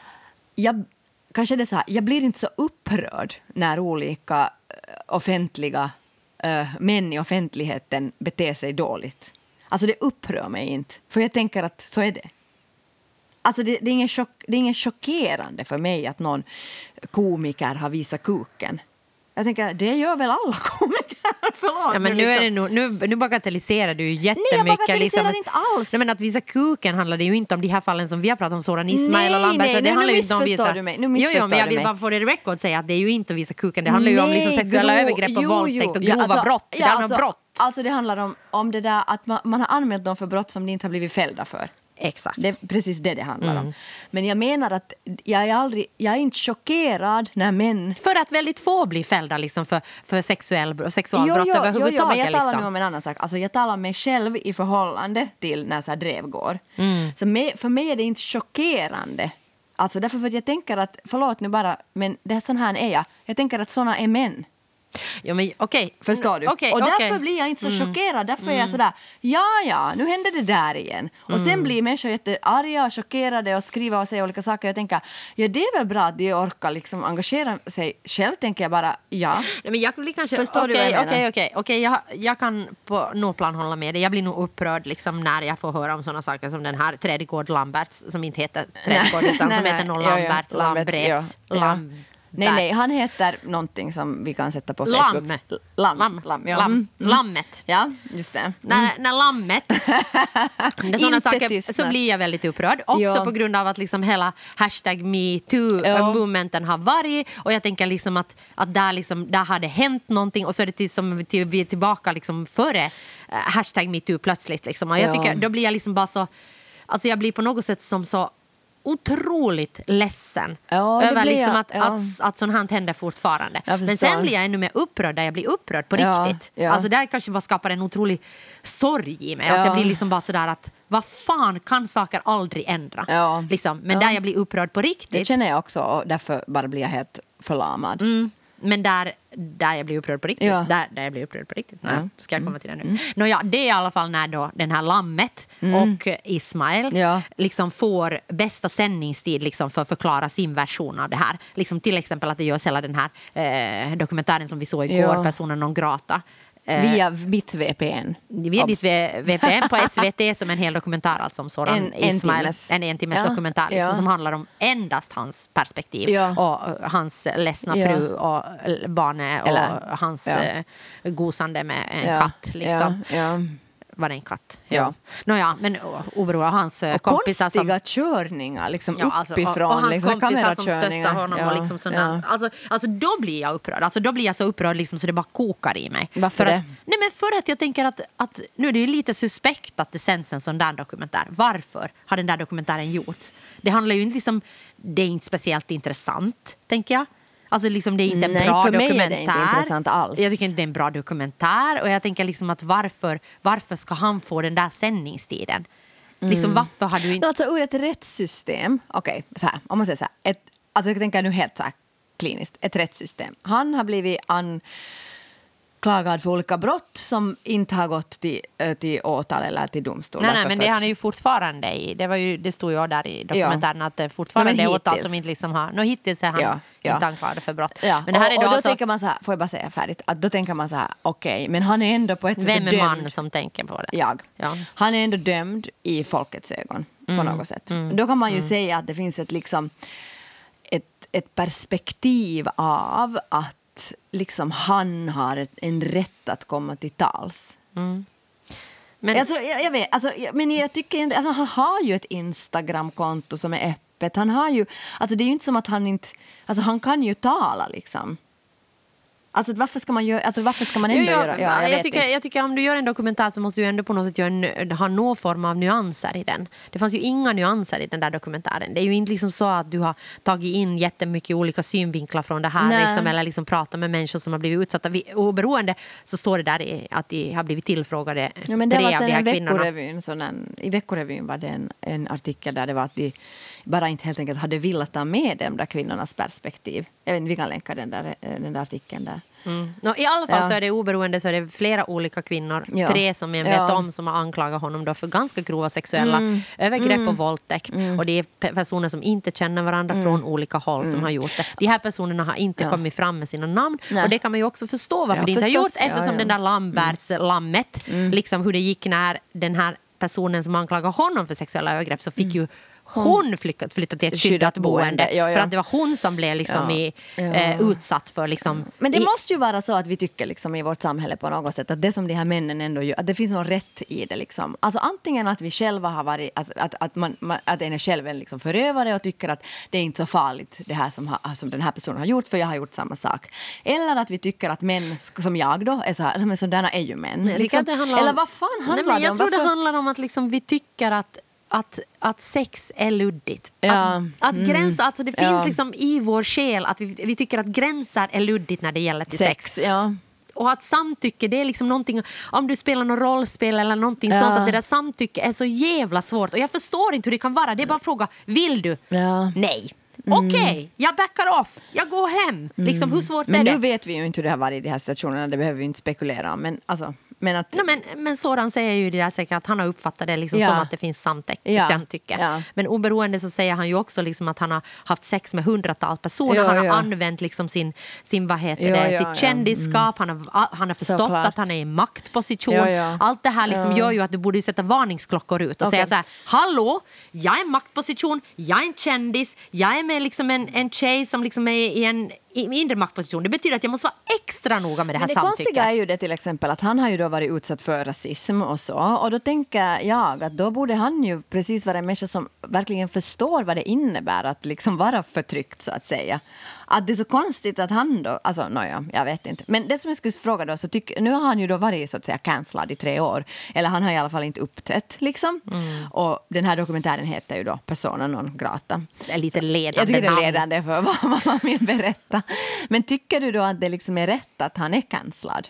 Jag, kanske det är så här, jag blir inte så upprörd när olika eh, offentliga uh, män i offentligheten beter sig dåligt. Alltså det upprör mig inte, för jag tänker att så är det. Alltså det, det, är ingen chock, det är ingen chockerande för mig att någon komiker har visat kuken. Jag tänker, det gör väl alla komiker. Förlåt, Ja, men nu, liksom. är det nog, nu, nu bagatelliserar du ju jättemycket. Nej, jag bagatelliserar liksom, inte alls. Nej, men att visa kuken handlar det ju inte om de här fallen som vi har pratat om, Soran Ismail Nej, och Lambert. nej, så det nu handlar ju inte om missförstår visa... du mig. Nu jo, missförstår jo, men jag du vill mig. bara få det i record säga att det är ju inte att visa kuken. Det handlar ju om liksom sexuella grov- övergrepp och jo, våldtäkt och jo. grova Ja, alltså, brott. Det ja, handlar alltså, om brott. Alltså det handlar om, om det där att man, man har anmält dem för brott som de inte har blivit fällda för. Exakt. Det är precis det det handlar Mm. om. Men jag menar att jag är, aldrig, jag är inte chockerad när män... För att väldigt få blir fällda liksom för, för sexuell, sexualbrott jo, jo, överhuvudtaget. jo, jo, men jag talar liksom. nu om en annan sak. Alltså, jag talar om mig själv i förhållande till när så här drev går. Mm. Så med, för mig är det inte chockerande. Alltså därför för att jag tänker att, förlåt nu bara, men det är sån här är jag. Jag tänker att såna är män. Ja, men okej. Förstår du? Okej, och därför okej. blir jag inte så Mm. chockerad. Därför är jag sådär, ja, ja, nu händer det där igen. Och Mm. sen blir människor jättearga och chockerade och skriva och säga olika saker. Jag tänker, ja, det är väl bra att de orkar liksom engagera sig. Själv tänker jag bara, ja. Nej, men jag blir kanske... Förstår du vad Okej, jag menar? okej, okej. Okej, jag, jag kan på något plan hålla med dig. Jag blir nog upprörd liksom, när jag får höra om sådana saker som den här Trädgård Lamberts, som inte heter Trädgård utan Nej, som nej. heter någon Ja, ja. Lamberts, Lamberts, Lambrets, ja. Ja. Lamberts. Nej, nej, han heter någonting som vi kan sätta på Lamm. Facebook. Lamm. Lamm. Lamm, ja. Lamm. Mm. Lammet. Ja, just det. Mm. När, när lammet det är såna Inte saker, tystnad. så blir jag väldigt upprörd. Också Ja. på grund av att liksom hela hashtag MeToo-momenten har varit. Och jag tänker liksom att, att där, liksom, där hade hänt någonting. Och så är det till, som till, vi är tillbaka liksom före eh, hashtag MeToo plötsligt. Liksom. Och jag Ja. tycker, då blir jag liksom bara så... Alltså jag blir på något sätt som så otroligt ledsen Ja, det över blir liksom jag. att, Ja. att, att sånt här händer fortfarande. Jag Men förstår. sen blir jag ännu mer upprörd där jag blir upprörd på Ja, riktigt. ja. Alltså där kanske bara skapar en otrolig sorg i mig. Ja. Att jag blir liksom bara sådär att vad fan kan saker aldrig ändra? Ja. Liksom. Men Ja. där jag blir upprörd på Det riktigt. känner jag också och därför bara blir jag helt förlamad. Mm. Men där, där jag blir upprörd på riktigt. Ja. Där, där jag blir upprörd på riktigt. Nej, Ja. ska jag komma till det nu. Nåja, det är i alla fall när då den här Lammet och Ismail Ja. liksom får bästa sändningstid liksom för att förklara sin version av det här. Liksom till exempel att det görs hela den här eh, dokumentären som vi såg igår, Ja. Personen non grata. Eh, Via mitt V P N. Via ditt V P N på S V T som en hel dokumentär alltså om Soran En- en Ismail. timmes. En en timmes Ja, dokumentär liksom, ja. som handlar om endast hans perspektiv Ja. och uh, hans ledsna Ja. fru och uh, barnet och Eller- hans ja. uh, gosande med en Ja, katt liksom. Ja, ja. Var det en katt? Ja. Nåja, men uh, oberoende av hans uh, Och kompisar som... konstiga körningar liksom Ja, alltså, uppifrån. och, och hans liksom, kompisar som kamerakörningar. stöttar honom. Ja, och liksom sådana, ja. alltså, alltså då blir jag upprörd. Alltså, då blir jag så upprörd liksom, så det bara kokar i mig. Varför för det? Att, nej, men för att jag tänker att, att nu är det ju lite suspekt att det sänds en sån där dokumentär. Varför har den där dokumentären gjorts? Det handlar ju inte liksom, det är inte speciellt intressant, tänker jag. Alltså liksom det är inte en Nej, bra för mig är det dokumentär. inte intressant alls. Jag tycker inte det är en bra dokumentär. Och jag tänker liksom att varför, varför ska han få den där sändningstiden? Liksom varför har du inte... No, alltså ur ett rättssystem, okej, så här, om man säger så här, ett, alltså jag tänker nu helt så här kliniskt, ett rättssystem. Han har blivit anklagad för olika brott som inte har gått till, äh, till åtal eller till domstol. Nej, nej, Därför men för det att- han är ju fortfarande i. Det, var ju, det stod ju där i dokumentären att det fortfarande Nej, men är åtal hittills. som inte liksom har... No, hittills är han Ja, ja. inte anklagad för brott. Ja. Men det här och, är och då då alltså... tänker man så här, får jag bara säga färdigt, att då tänker man så här, okej, men han är ändå på ett sätt Vem är dömd. man som tänker på det? Jag. Ja. Han är ändå dömd i folkets ögon på Mm. något sätt. Då kan man ju säga att det finns ett, liksom, ett, ett perspektiv av att liksom, han har ett, en rätt att komma till tals. Men, Alltså, jag, jag vet, alltså, jag- men jag tycker inte, han har ju ett Instagramkonto som är öppet. Han har ju, alltså det är ju inte som att han inte, alltså han kan ju tala liksom. Alltså varför ska man göra, alltså varför ska man ändå Jo, ja, göra? Ja, jag, jag, vet tycker, inte. jag tycker om du gör en dokumentär så måste du ändå på något sätt göra en, ha någon form av nyanser i den. Det fanns ju inga nyanser i den där dokumentären. Det är ju inte liksom så att du har tagit in jättemycket olika synvinklar från det här Nej. liksom, eller liksom pratat med människor som har blivit utsatta. Vi, oberoende så står det där i, att de har blivit tillfrågade, Ja, men det tre var av sen de här en kvinnorna. veckorevyn, sån en, i veckorevyn var det en, en artikel där det var att de bara inte helt enkelt hade velat ta med de där kvinnornas perspektiv. Jag vet inte, vi kan länka den där, den där artikeln där. Mm. No, i alla fall Ja. så är det oberoende så är det flera olika kvinnor, Ja. tre som jag vet Ja. om som har anklagat honom då för ganska grova sexuella övergrepp och våldtäkt och det är pe- personer som inte känner varandra från olika håll som har gjort det. De här personerna har inte Ja. kommit fram med sina namn Nej. och det kan man ju också förstå varför Ja, de inte har gjort förstås. Ja, eftersom ja. den där Lamberts lammet liksom hur det gick när den här personen som anklagade honom för sexuella övergrepp så fick ju hon flyttat, flyttat till ett skyddat, Skyddat boende, boende, ja, ja. för att det var hon som blev liksom Ja. i, Ja. eh, utsatt för liksom, Men det i, måste ju vara så att vi tycker liksom i vårt samhälle på något sätt att det som de här männen ändå gör, att det finns något rätt i det liksom. Alltså antingen att vi själva har varit, att, att, att, man, man, att en är själv en liksom förövare och tycker att det är inte så farligt det här som, ha, som den här personen har gjort för jag har gjort samma sak. Eller att vi tycker att män som jag då är så här, men sådana är ju män. Jag tycker Liksom. att det handlar om- Eller vad fan handlar Nej, men det jag om? tror det Varför- handlar om att liksom vi tycker att Att, att sex är luddigt. Ja. Att, att gränsa, alltså det finns Ja. liksom i vår själ att vi, vi tycker att gränser är luddigt när det gäller till sex. sex, ja. Och att samtycke, det är liksom någonting, om du spelar någon rollspel eller någonting Ja. sånt, att det där samtycke är så jävla svårt. Och jag förstår inte hur det kan vara. Det är bara att fråga, vill du? Ja. Nej. Mm. Okej, okay, jag backar off. Jag går hem. Mm. Liksom, hur svårt men är det? Men nu vet vi ju inte hur det har varit i de här situationerna. Det behöver vi inte spekulera om. Men, alltså, men, att... no, men, men Soran säger ju det där säkert att han har uppfattat det liksom ja. som att det finns samtycke. Ja. samtycke. Ja. Men oberoende så säger han ju också liksom att han har haft sex med hundratals personer. Ja, han har ja. använt liksom sin, sin vad heter ja, det, ja, sitt ja. kändisskap. Mm. Han, har, han har förstått Såklart. att han är i maktposition. Ja, ja. Allt det här liksom ja. gör ju att du borde sätta varningsklockor ut och okay. säga så här: hallå, jag är i maktposition, jag är en kändis, jag är med liksom en, en tjej som liksom är i en i mindre maktposition. Det betyder att jag måste vara extra noga med det här samtycket. Men det konstiga är ju det till exempel att han har ju då varit utsatt för rasism och så. Och då tänker jag att då borde han ju precis vara en människa som verkligen förstår vad det innebär att liksom vara förtryckt så att säga. Att det är så konstigt att han då, alltså noja, jag vet inte. Men det som jag skulle fråga då, så tyck, nu har han ju då varit så att säga cancellad i tre år. Eller han har i alla fall inte uppträtt liksom. Mm. Och den här dokumentären heter ju då Persona non grata. Det är lite ledande. Jag tycker det är ledande för vad man vill berätta. Men tycker du då att det liksom är rätt att han är cancellad?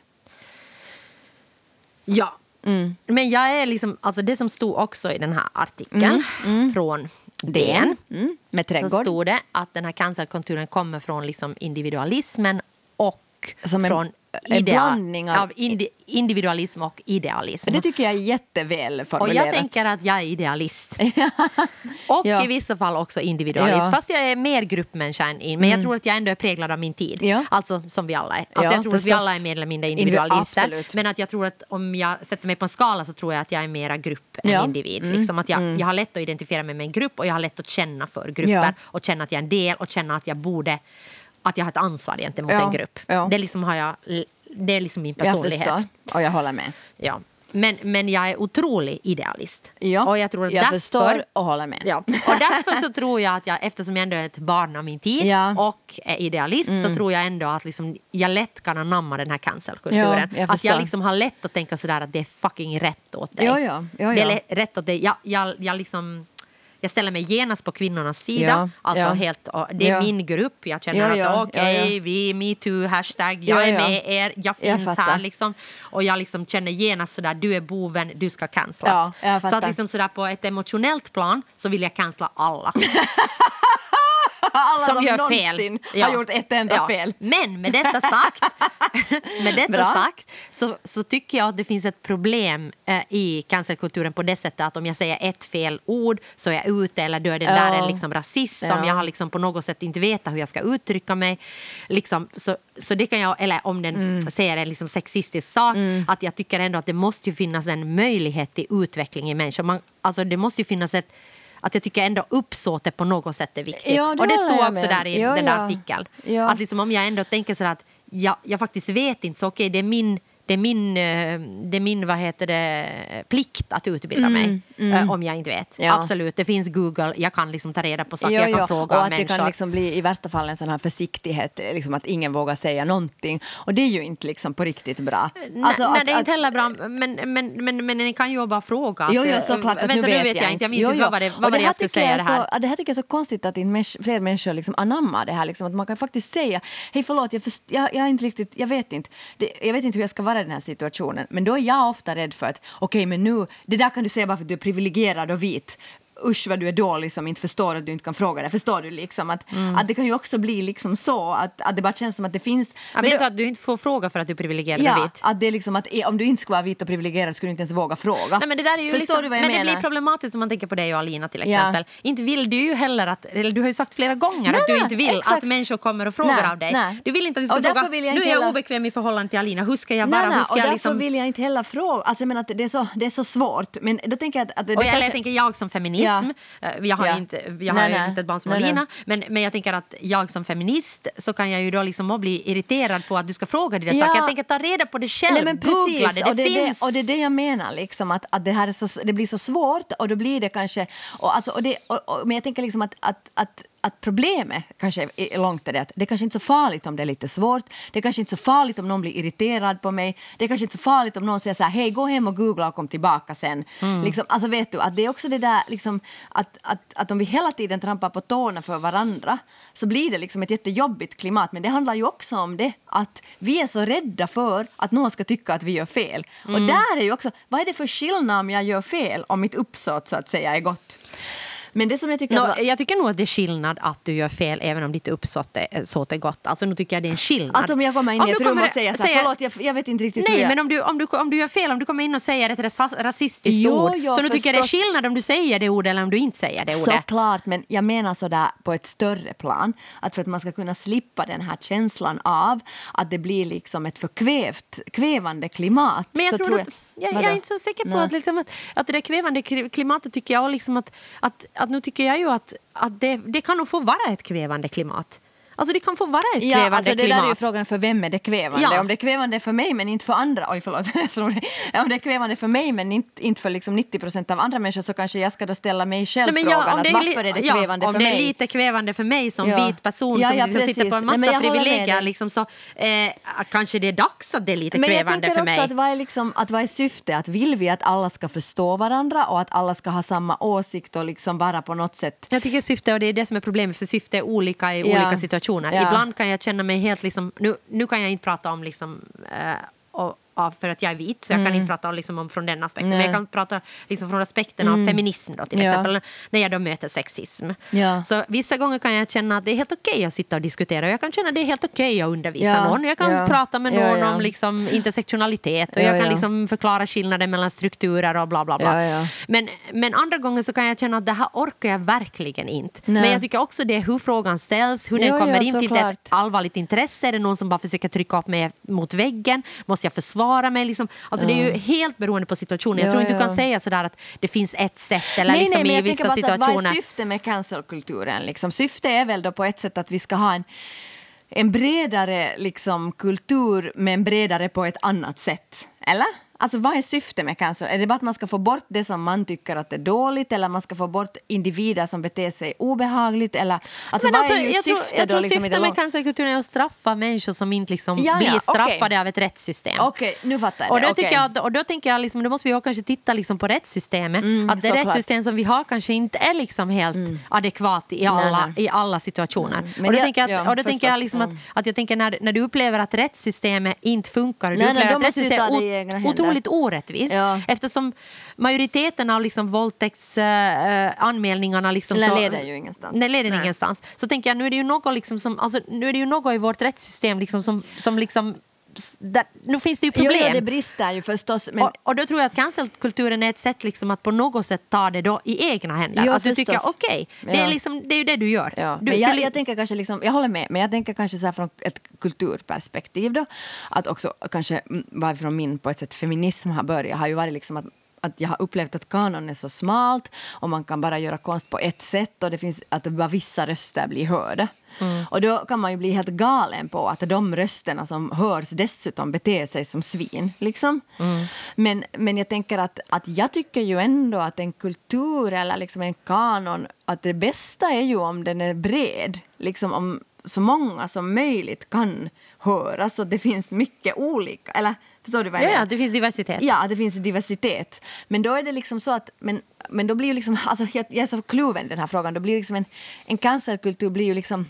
Ja. Mm. Men jag är liksom, alltså det som stod också i den här artikeln mm. Mm. från D N mm. med trädgård. Så stod det att den här cancelkulturen kommer från liksom individualismen och som från en, en blandning av, av indi, individualism och idealism. Det tycker jag är jätteväl formulerat. Och jag tänker att jag är idealist. och ja. i vissa fall också individualist. Ja. Fast jag är mer gruppmänniska än in. Men mm. jag tror att jag ändå är präglad av min tid. Ja. Alltså som vi alla är. Alltså, ja, jag tror förstås. att vi alla är mer eller mindre individualister. Absolut. Men att jag tror att om jag sätter mig på en skala så tror jag att jag är mera grupp än ja. individ. Mm. Liksom att jag, mm. jag har lätt att identifiera mig med en grupp och jag har lätt att känna för grupper. Ja. Och känna att jag är en del och känna att jag borde... att jag har ett ansvar gentemot ja, en grupp. Ja. Det, liksom har jag, det är liksom min personlighet. Jag förstår, och jag håller med. Ja. Men, men jag är otrolig idealist. Ja, och jag tror att jag därför, förstår och håller med. Ja. Och därför så tror jag att jag, eftersom jag ändå är ett barn av min tid ja. och är idealist mm. så tror jag ändå att liksom, jag lätt kan anamma den här cancelkulturen. Ja, jag att jag liksom har lätt att tänka sådär att det är fucking rätt åt dig. Ja, ja, ja, ja. Det är rätt åt dig. Jag, jag, jag liksom... Jag ställer mig genast på kvinnornas sida. Ja, alltså ja. helt, det är ja. min grupp. Jag känner ja, ja, att okej, okay, ja, ja. vi me too, hashtag, jag ja, är med er, jag finns jag här liksom. Och jag liksom känner genast sådär, du är boven, du ska cancelas. Ja, så att liksom sådär på ett emotionellt plan så vill jag cancella alla. Alla som, som gör fel. Ja. har gjort ett enda ja. fel. Men med detta sagt, med detta sagt så, så tycker jag att det finns ett problem eh, i cancelkulturen på det sättet att om jag säger ett fel ord så är jag ute eller då är den ja. där en liksom rasist. Ja. Om jag har liksom på något sätt inte veta hur jag ska uttrycka mig. Liksom, så, så det kan jag, eller om den mm. säger en liksom sexistisk sak, mm. att jag tycker ändå att det måste ju finnas en möjlighet till utveckling i människor. Man, alltså det måste ju finnas ett att jag tycker ändå uppsåtet på något sätt är viktigt. Ja, det och det stod också med. där i ja, den där ja. artikeln. Ja. Att liksom om jag ändå tänker så att jag, jag faktiskt vet inte så okej, okay, det är min det är min det är min vad heter det plikt att utbilda mm, mig mm. om jag inte vet. Ja. Absolut, det finns Google, jag kan liksom ta reda på saker, ja, jag kan ja. fråga och att människor. Det kan liksom bli i värsta fall en sån här försiktighet liksom att ingen vågar säga någonting och det är ju inte liksom på riktigt bra. Nej, alltså, nej att, det är inte att, heller bra men men men men ni kan ju bara fråga. Jo, jo såklart att vänta, nu vet, vet jag, jag inte. Jag minns inte vad var det vad var det jag skulle säga det här. Så, det här tycker jag är så konstigt att inte fler människor liksom anammar det här liksom att man kan faktiskt säga hej förlåt jag först, jag, jag är inte riktigt jag vet inte. Det, jag vet inte hur jag ska vara i den här situationen. Men då är jag ofta rädd för att okej okay, men nu, det där kan du säga bara för att du är privilegierad och vit. Usch vad du är dålig som inte förstår att du inte kan fråga det. Förstår du liksom att, mm. att det kan ju också bli liksom så att, att det bara känns som att det finns... Jag vet då, att du inte får fråga för att du är privilegierad ja, och vit. Att det är liksom att om du inte skulle vara vit och privilegierad skulle du inte ens våga fråga. Nej, men det där är ju förstår liksom, du vad jag men menar? Det blir problematiskt om man tänker på dig och Alina till exempel. Ja. Inte vill du ju heller att, eller du har ju sagt flera gånger nej, att du inte vill exakt. att människor kommer och frågar nej, av dig. Nej. Du vill inte att du ska fråga, nu är jag heller... obekväm i förhållande till Alina, hur ska jag vara? Nej, nej, hur ska och jag därför liksom... vill jag inte heller fråga. Alltså jag menar att det är så, det är så svårt. Men då tänker jag att... att det och jag, kanske... jag tänker jag som feminism, ja. jag har, ja. inte, jag har nej, nej. inte ett barn som nej, Alina, men, men jag tänker att jag som feminist så kan jag ju då liksom bli irriterad på att du ska fråga de där ja. saker. Jag tänker ta reda på det själv, nej, men googla det, det, och det finns. Det, och det är det jag menar, liksom, att, att det här är så, det blir så svårt och då blir det kanske... Och, alltså, och det, och, och, men jag tänker liksom att... att, att att problemet kanske är långt är det att det är kanske inte så farligt om det är lite svårt. Det är kanske inte så farligt om någon blir irriterad på mig. Det är kanske inte så farligt om någon säger så här, hej gå hem och googla och kom tillbaka sen. Mm. Liksom, alltså vet du, att det är också det där liksom, att, att, att om vi hela tiden trampar på tårna för varandra så blir det liksom ett jättejobbigt klimat. Men det handlar ju också om det att vi är så rädda för att någon ska tycka att vi gör fel. Mm. Och där är ju också, vad är det för skillnad om jag gör fel om mitt uppsåt så att säga är gott? Men det som jag tycker No, att... jag tycker nog att det är skillnad att du gör fel även om ditt uppsåt är, såt är gott. Alltså nu tycker jag det är en skillnad. Att om jag kommer in om i ett du rum kommer och säger så här, säga, förlåt, jag, jag vet inte riktigt nej, hur jag... men om du, om, du, om du gör fel, om du kommer in och säger ett rasa- rasistiskt Jo, ord, jo, så nu tycker jag det är förstås. skillnad om du säger det ordet eller om du inte säger det ordet. Såklart, men jag menar sådär på ett större plan. Att för att man ska kunna slippa den här känslan av att det blir liksom ett förkvävt, kvävande klimat. Men jag så tror, tror att, jag, jag, jag är inte så säker på Nej. att, liksom, att, att det där kvävande klimatet tycker jag liksom att, att, att nu tycker jag ju att, att det, det kan nog få vara ett kvävande klimat. Alltså det kan få vara ett Ja, kvävande alltså det klimat. där är ju frågan för vem är det kvävande. Ja. Om det är kvävande för mig men inte för andra. Oj, förlåt. Om det är kvävande för mig men inte, inte för liksom nittio procent av andra människor så kanske jag ska då ställa mig själv Nej, frågan ja, att li- varför är det ja, kvävande för om det mig? är lite kvävande för mig som Ja. vit person Ja, som ja, liksom sitter på en precis. Nej, men massa jag håller med privilegier dig. liksom, så eh, kanske det är dags att det är lite Men jag kvävande tänker för också mig. att vad är, liksom, att vad är syftet? Att vill vi att alla ska förstå varandra och att alla ska ha samma åsikt och liksom bara på något sätt... Jag tycker syfte, och det är det som är problemet, för syfte är olika i Ja. olika situationer. Ja. Ibland kan jag känna mig helt liksom, nu, nu kan jag inte prata om liksom eh, och, av för att jag är vit, så jag kan inte prata om, liksom, om från den aspekten. Nej. Men jag kan prata liksom, från aspekten av feminism då, till Ja. exempel, när jag då möter sexism. Ja. Så vissa gånger kan jag känna att det är helt okej att sitta och diskutera, och jag kan känna att det är helt okej att undervisa Ja. någon. Jag kan Ja. prata med någon Ja, ja. om liksom, intersektionalitet, och Ja, jag kan ja. liksom förklara skillnader mellan strukturer och bla bla bla. Ja, ja. Men, men andra gånger så kan jag känna att det här orkar jag verkligen inte. Nej. Men jag tycker också det är hur frågan ställs, hur den Jo, kommer ja, in. Finns det såklart. ett allvarligt intresse? Är det någon som bara försöker trycka upp mig mot väggen? Måste jag försvara mig? Liksom? Alltså, det är ju helt beroende på situationen. Jag Ja, tror inte du ja. kan säga sådär att det finns ett sätt eller Nej, liksom nej, men i jag tänker vissa bara så att vad situationer. är syftet med cancelkulturen? Liksom? Syftet är väl då på ett sätt att vi ska ha en, en bredare liksom, kultur men bredare på ett annat sätt. Eller? Alltså vad är syftet med cancel? Är det bara att man ska få bort det som man tycker att är dåligt, eller man ska få bort individer som beter sig obehagligt, eller alltså Men vad alltså, är ju jag tror, syftet jag då tror liksom i syftet det med lång- cancelkulturen är att straffa människor som inte liksom Ja, ja, blir okej. straffade av ett rättssystem. Okej, nu fattar jag Och det. då, okej. tycker jag, och då tänker jag liksom, då måste vi också kanske titta liksom på rättssystemet. att det såklart. rättssystem som vi har kanske inte är liksom helt adekvat i alla, nej. i alla situationer. Men och då jag- tänker jag, att, ja, och då tänker jag förstås, liksom mm. att, att jag tänker när, när du upplever att rättssystemet inte funkar, och du Nej, nej, upplever då att måste du rättssystemet ta det i är egna ot- händer. otroligt orättvist. Ja. Eftersom majoriteten av liksom våldtäktsanmälningarna liksom Nej, så, leder ju ingenstans. Nej, leder Nej. ingenstans. Så tänker jag, nu är det ju något liksom som, alltså, nu är det ju något i vårt rättssystem liksom som, som liksom s- där, nu finns det ju Jo, problem. jo, det brister ju förstås. Men... Och, och då tror jag att cancelkulturen är ett sätt liksom att på något sätt ta det då i egna händer. Ja, att du förstås. tycker okej, det, Ja. är liksom, det är ju det du gör. Ja, Du, men jag, du, jag tänker kanske liksom, jag håller med, men jag tänker kanske så här från ett kulturperspektiv då, att också kanske mm, varifrån min på ett sätt feminism har börjat har ju varit liksom att att jag har upplevt att kanon är så smalt och man kan bara göra konst på ett sätt och det finns att bara vissa röster blir hörda. Mm. Och då kan man ju bli helt galen på att de rösterna som hörs dessutom beter sig som svin. Liksom. Mm. Men, men jag tänker att, att jag tycker ju ändå att en kultur eller liksom en kanon, att det bästa är ju om den är bred. Liksom om så många som möjligt kan höra, så det finns mycket olika. Eller förstår du vad jag ja, menar? ja, det finns diversitet. Ja, det finns diversitet. Men då är det liksom så att, men, men då blir ju liksom, alltså jag, jag är så kluven i den här frågan, då blir liksom en, en cancerkultur blir ju liksom,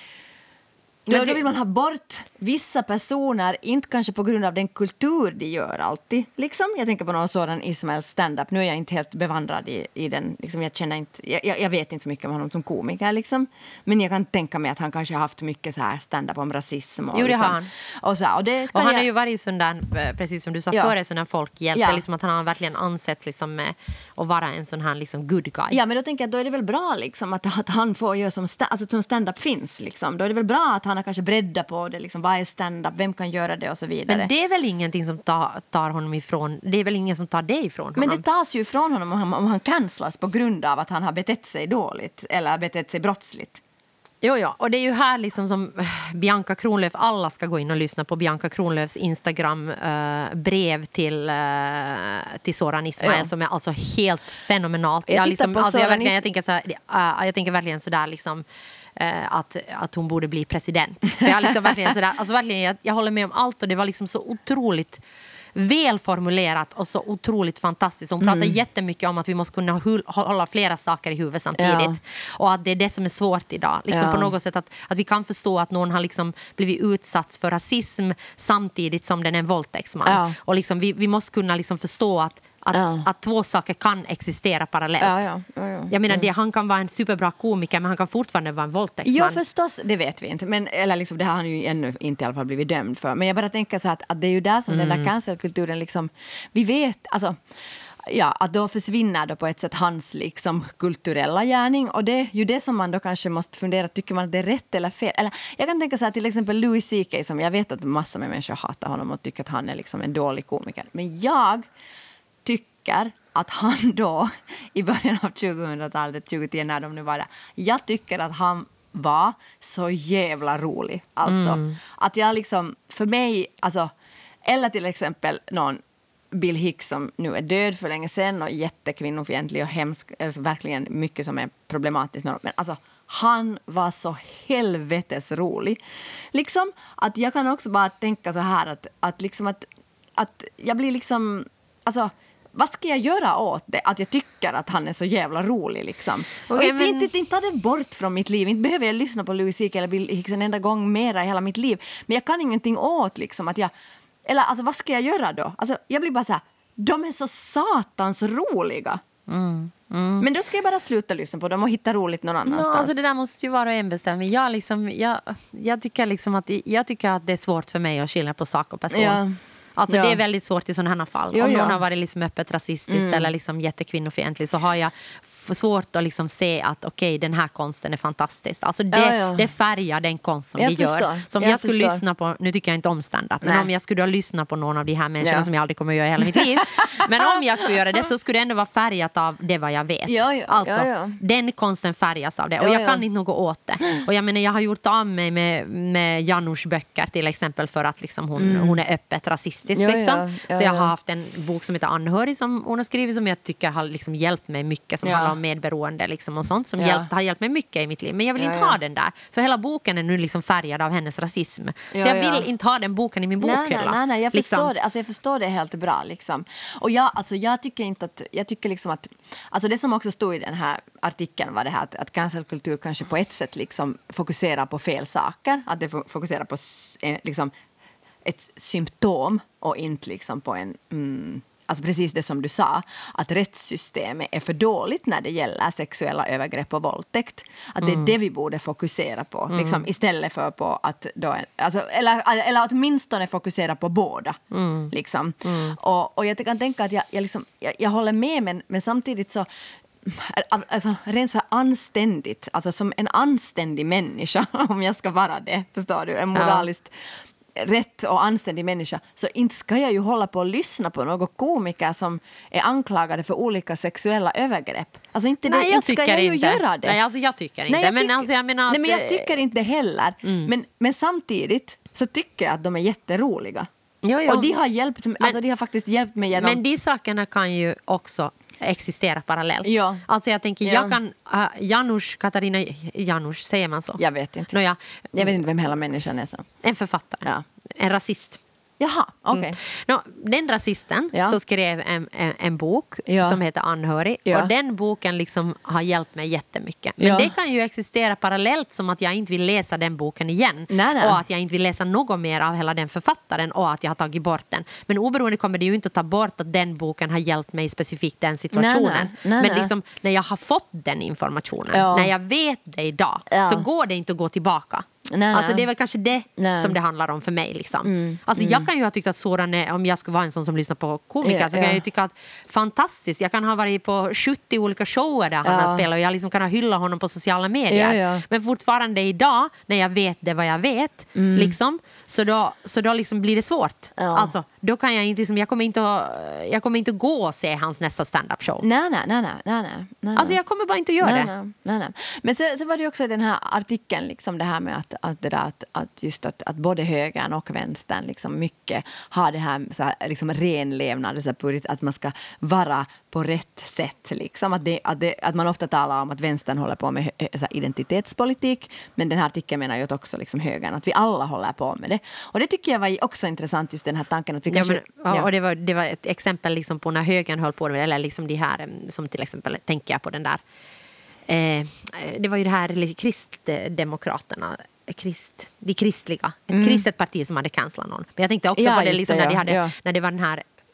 då, då vill man ha bort vissa personer, inte kanske på grund av den kultur de gör alltid. Liksom. Jag tänker på någon sådan Ismael stand-up. Nu är jag inte helt bevandrad i, i den. Liksom, jag, känner inte, jag, jag vet inte så mycket om honom som komiker. Liksom. Men jag kan tänka mig att han kanske har haft mycket så här stand-up om rasism. Och, Jo, det liksom, har han. Och, så här, och, det Och han jag, är ju varje sån där, precis som du sa Ja. före, sån där folkhjälte. Ja. Liksom att han har verkligen ansetts liksom med att vara en sån här liksom good guy. Ja, men då tänker jag att då är det väl bra liksom, att, att han får göra som, sta- alltså, som stand-up finns. Liksom. Då är det väl bra att han har kanske breddat på det. Liksom, vad är stand-up? Vem kan göra det? Och så vidare. Men det är väl ingenting som tar, tar honom ifrån. Det är väl ingen som tar det ifrån honom. Men det tas ju ifrån honom om han, om han canclas på grund av att han har betett sig dåligt eller betett sig brottsligt. Jo, ja. Och det är ju här liksom som äh, Bianca Kronlöf, alla ska gå in och lyssna på Bianca Kronlöfs Instagram äh, brev till, äh, till Soran Ismail, Ja. som är alltså helt fenomenalt. Jag Jag, tittar liksom, på alltså, jag, Soran verkligen, Is- jag, tänker så här, äh, jag tänker verkligen sådär liksom äh, att, att hon borde bli president. För jag, liksom verkligen sådär, alltså verkligen, jag, jag håller med om allt, och det var liksom så otroligt välformulerat och så otroligt fantastiskt. Hon pratar Mm. jättemycket om att vi måste kunna hull, hålla flera saker i huvudet samtidigt. Ja. Och att det är det som är svårt idag. Liksom Ja. på något sätt att, att vi kan förstå att någon har liksom blivit utsatt för rasism samtidigt som den är en våldtäktsman. Ja. Och liksom vi, vi måste kunna liksom förstå att att, Ja. att två saker kan existera parallellt. Ja, ja, ja, ja. Jag menar, det, han kan vara en superbra komiker, men han kan fortfarande vara en våldtäktsman. Ja, förstås, det vet vi inte. Men, eller liksom, det har han ju ännu inte i alla fall blivit dömd för. Men jag bara tänker så att, att det är ju där som mm. den där cancelkulturen liksom, vi vet, alltså, ja, att då försvinner då på ett sätt hans liksom kulturella gärning, och det är ju det som man då kanske måste fundera, tycker man att det är rätt eller fel? Eller jag kan tänka så här, till exempel Louis C K, som jag vet att massor med människor hatar honom och tycker att han är liksom en dålig komiker. Men jag tycker att han då i början av tjugohundratalet, tjugohundratio när de nu var där, jag tycker att han var så jävla rolig. Alltså, mm. att jag liksom, för mig, alltså, eller till exempel någon Bill Hicks som nu är död för länge sedan och jättekvinnofientlig och hemsk, alltså verkligen mycket som är problematiskt med honom. Men alltså, han var så helvetes rolig. Liksom, att jag kan också bara tänka så här att, att, liksom att, att jag blir liksom, alltså, vad ska jag göra åt det? Att jag tycker att han är så jävla rolig liksom. Okay, och men... inte, inte, inte ta det bort från mitt liv. Inte behöver jag lyssna på Louis C K eller Bill Hicks en enda gång mera i hela mitt liv. Men jag kan ingenting åt liksom att jag, eller alltså vad ska jag göra då? Alltså jag blir bara så här, de är så satans roliga. Mm, mm. Men då ska jag bara sluta lyssna på dem och hitta roligt någon annanstans. No, alltså det där måste ju vara en bestämma. Jag, liksom, jag, jag, tycker liksom att, jag tycker att det är svårt för mig att skilja på sak och person. Ja. Alltså ja. Det är väldigt svårt i sådana här fall. Jo, Om någon ja. har varit liksom öppet rasistisk mm. eller liksom jättekvinnofientlig, så har jag svårt att liksom se att okej, okay, den här konsten är fantastisk. Alltså det, ja, ja. det färgar den konst som jag de förstår. gör. Som jag, jag skulle förstår. lyssna på, nu tycker jag inte om stand-up, men om jag skulle lyssna på någon av de här människorna ja. som jag aldrig kommer att göra i hela mitt liv. Men om jag skulle göra det, så skulle det ändå vara färgat av det vad jag vet. Ja, ja. Alltså, ja, ja. den konsten färgas av det. Och ja, jag ja. kan inte något åt det. Och jag menar, jag har gjort av mig med, med Janusz böcker till exempel, för att liksom hon, mm. hon är öppet rasistisk. Ja, liksom. ja. Ja, så jag har haft en bok som heter Anhörig som hon har skrivit, som jag tycker har liksom hjälpt mig mycket, som ja. handlar om medberoende liksom och sånt, som ja. hjälpt, har hjälpt mig mycket i mitt liv. Men jag vill ja, inte ja. ha den där, för hela boken är nu liksom färgad av hennes rasism. Ja, så jag vill ja. inte ha den boken i min bokhylla. Nej, nej, nej, nej. Jag, liksom. förstår det. Alltså, jag förstår det helt bra liksom. Och jag, alltså, jag tycker inte att, jag tycker liksom att, alltså det som också stod i den här artikeln var det här att, att cancelkultur kanske på ett sätt liksom fokuserar på fel saker, att det fokuserar på liksom ett symptom och inte liksom på en mm, alltså precis det som du sa, att rättssystemet är för dåligt när det gäller sexuella övergrepp och våldtäkt. Att det är mm. det vi borde fokusera på. Mm. Liksom, istället för på att då, alltså, eller, eller åtminstone fokusera på båda. Mm. Liksom. Mm. Och, och jag kan tänka att jag, jag, liksom, jag, jag håller med, men, men samtidigt så alltså, rent så anständigt, alltså som en anständig människa, om jag ska vara det, förstår du, en moraliskt ja. rätt och anständig människa, så inte ska jag ju hålla på och lyssna på några komiker som är anklagade för olika sexuella övergrepp. Alltså inte nej, det, jag inte ska jag ju inte. göra det. Nej, alltså jag tycker inte. Nej, jag men, tycker, alltså, jag menar att, nej, men jag tycker inte heller. Mm. Men, men samtidigt så tycker jag att de är jätteroliga. Jo, jo. Och de har hjälpt, men, alltså de har faktiskt hjälpt mig genom... Men de sakerna kan ju också existera parallellt. Ja. Alltså jag tänker, ja. jag kan uh, Janusz, Katarina Janusz, säger man så? Jag vet inte. No, ja. Jag vet inte vem hela människan är så. En författare. Ja. En rasist. Jaha, okej. Okay. Mm. No, den rasisten ja. så skrev en, en, en bok ja. som heter Anhörig. Ja. Och den boken liksom har hjälpt mig jättemycket. Men ja. det kan ju existera parallellt, som att jag inte vill läsa den boken igen. Nej, nej. Och att jag inte vill läsa något mer av hela den författaren, och att jag har tagit bort den. Men oberoende kommer det ju inte att ta bort att den boken har hjälpt mig specifikt den situationen. Nej, nej. Nej, Men liksom, när jag har fått den informationen, ja. när jag vet det idag, ja. så går det inte att gå tillbaka. Nej, alltså nej. det är väl kanske det nej. som det handlar om för mig liksom. Mm, alltså mm. jag kan ju ha tyckt att Soran är, om jag skulle vara en sån som lyssnar på komiker, ja, så kan ja. jag ju tycka att fantastiskt. Jag kan ha varit på sjuttio olika shower där han ja. har spelat, och jag liksom kan ha hylla honom på sociala medier. Ja, ja. Men fortfarande idag, när jag vet det vad jag vet mm. liksom, så då, så då liksom blir det svårt. Ja. Alltså, då kan jag inte liksom, jag kommer inte att, jag kommer inte att gå och se hans nästa stand-up show. Nej, nej, nej, nej, nej, nej. Alltså jag kommer bara inte att göra nej, det. Nej, nej, nej. Men så, så var det ju också i den här artikeln liksom det här med att, att, det där, att, att just att, att både högern och vänstern liksom mycket har det här, så här liksom renlevnad, så här, att man ska vara på rätt sätt liksom. Att, det, att, det, att man ofta talar om att vänstern håller på med så här, identitetspolitik, men den här artikeln menar ju att också liksom högern, att vi alla håller på med det. Och det tycker jag var också intressant, just den här tanken att vi kanske... Ja, men, ja. Och det var, det var ett exempel liksom på när högern höll på det, eller liksom de här, som till exempel, tänker jag på den där eh, det var ju det här kristdemokraterna, krist, de kristliga, ett mm. kristet parti som hade cancelat någon. Men jag tänkte också ja, på det, liksom, det när, de ja, hade, ja. när det var den här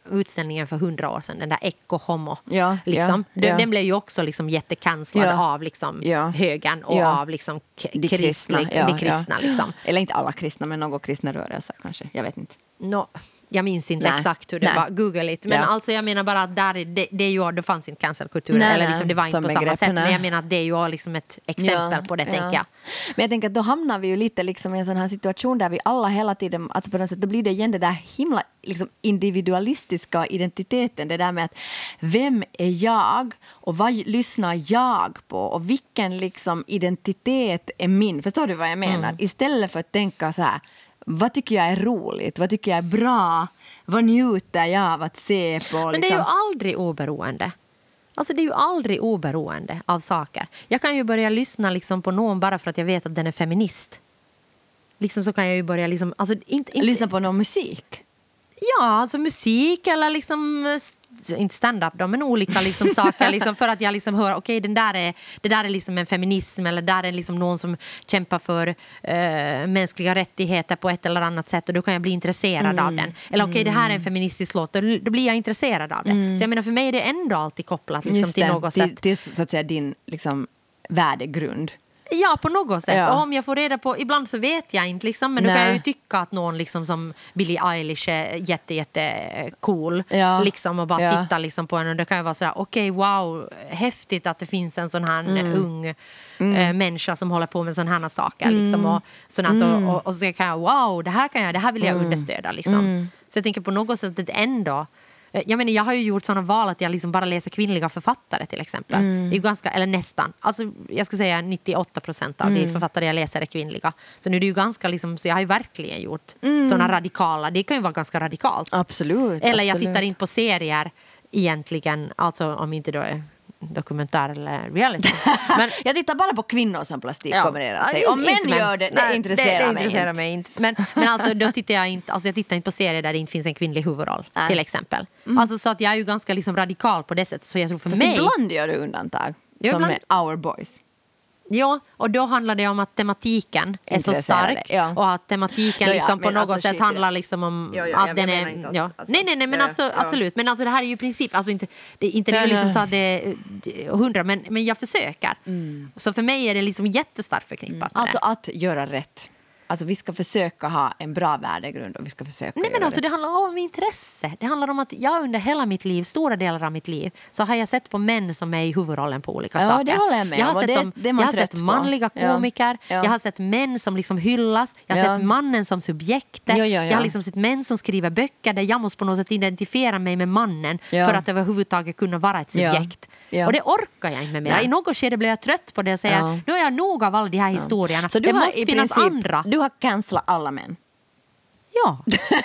utställningen för hundra år sedan, den där Ecce Homo. Ja, liksom. ja, den, ja. den blev ju också liksom jättekanslad Ja. av liksom Ja. högern och Ja. av liksom k- De kristna, kristna, ja, de kristna ja. liksom. Eller inte alla kristna, men några kristna rörelser kanske. Jag vet inte. No, jag minns inte Nej. exakt hur det Nej. var. Google lite. Men Ja. alltså jag menar bara att där, är- det, det är ju, det fanns inte cancelkultur. Nej, Eller nej, liksom, det var inte som på samma begrepp, sätt. nej. Men jag menar att det är ju liksom ett exempel Ja, på det, ja. tänker jag. Men jag tänker att då hamnar vi ju lite liksom i en sån här situation där vi alla hela tiden, alltså på något sätt, då blir det igen det där himla liksom individualistiska identiteten, det där med att vem är jag och vad lyssnar jag på och vilken liksom identitet är min, förstår du vad jag menar? Mm. Istället för att tänka så här, vad tycker jag är roligt, vad tycker jag är bra, vad njuter jag av att se på? Men det är liksom. ju aldrig oberoende. Alltså det är ju aldrig oberoende av saker. Jag kan ju börja lyssna liksom på någon bara för att jag vet att den är feminist. Liksom så kan jag ju börja liksom, alltså inte, inte Lyssna på någon musik. Ja, alltså musik eller liksom inte stand-up då, men olika liksom saker liksom för att jag liksom hör, okej, okay, den där är det där är liksom en feminism eller där är liksom någon som kämpar för eh, mänskliga rättigheter på ett eller annat sätt och då kan jag bli intresserad Mm. av den. Eller okej, okay, det här är en feministisk låt, då, då blir jag intresserad av det. Så jag menar, för mig är det ändå alltid kopplat liksom, Just till det, något till, sätt. till så att säga din liksom värdegrund. Ja, på något sätt. Ja. Och om jag får reda på, ibland så vet jag inte liksom, men då Nej. kan jag ju tycka att någon liksom som Billie Eilish är jätte, jätte cool Ja. liksom och bara Ja. titta liksom på henne och det kan ju vara sådär, okej, okay, wow, häftigt att det finns en sån här Mm. ung eh, människa som håller på med sådana här saker Mm. liksom och, sånt Mm. och, och, och så kan jag, wow, det här kan jag, det här vill jag understöda liksom. Så jag tänker på något sätt att ändå jag menar, jag har ju gjort sådana val att jag liksom bara läser kvinnliga författare till exempel. Mm. Det är ju ganska, eller nästan. Alltså, jag skulle säga nittioåtta procent av de författare jag läser är kvinnliga. Så nu är det ju ganska liksom, så jag har ju verkligen gjort sådana radikala, det kan ju vara ganska radikalt. Absolut. Eller jag absolut. tittar inte på serier egentligen, alltså om inte då är dokumentär eller reality. Men Jag tittar bara på kvinnor som plastikopererar Ja. sig. Ja, Om män inte män. gör det, det Nej, intresserar, det, det mig, intresserar inte. mig inte. Men, men alltså, då tittar jag inte, alltså jag tittar inte på serier där det inte finns en kvinnlig huvudroll, Nej. till exempel. Alltså, så att jag är ju ganska liksom radikal på det sättet. Så jag tror för Fast mig... ibland gör du undantag. Ja, som ibland. med Our Boys. Ja, och då handlar det om att tematiken är så Intresserar stark dig, ja. och att tematiken Nå ja, liksom på men något alltså, sätt shit, handlar ja. liksom om Ja, ja, att jag den menar är... inte alls, ja. alltså, nej, nej, nej, men ja, absolut, ja. absolut. Men alltså det här är ju princip, alltså inte det, inte det är Nej, ju liksom nej. så att det är det är hundra, men, men jag försöker. Så för mig är det liksom jättestarkt förknippat med Alltså det. att göra rätt. Alltså vi ska försöka ha en bra värdegrund och vi ska försöka Nej, men göra alltså det. det handlar om intresse. Det handlar om att jag under hela mitt liv, stora delar av mitt liv, så har jag sett på män som är i huvudrollen på olika Ja, saker. det håller jag med jag har om, och sett, det- dem, det är man jag har trött sett på. manliga Ja. komiker, Ja. jag har sett män som liksom hyllas, jag har Ja. sett mannen som subjekter, Ja, ja, ja. jag har liksom sett män som skriver böcker där jag måste på något sätt identifiera mig med mannen Ja. för att överhuvudtaget kunna vara ett Ja. subjekt. Ja. Och det orkar jag inte med mer. Nej. I något skede blir jag trött på det och säger, Ja. nu är jag nog av alla de här historierna. Så du det har måste i finnas princip, andra. Du har cancelat alla män. Ja.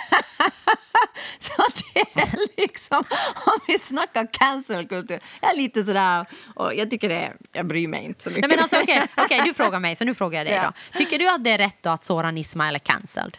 Så det är liksom, om vi snackar cancelkultur, jag är lite sådär, och jag tycker det, jag bryr mig inte så mycket. Nej, men alltså, okej, okej, du frågar mig, så nu frågar jag dig Ja. då. Tycker du att det är rätt då att Soran Ismail är cancelled?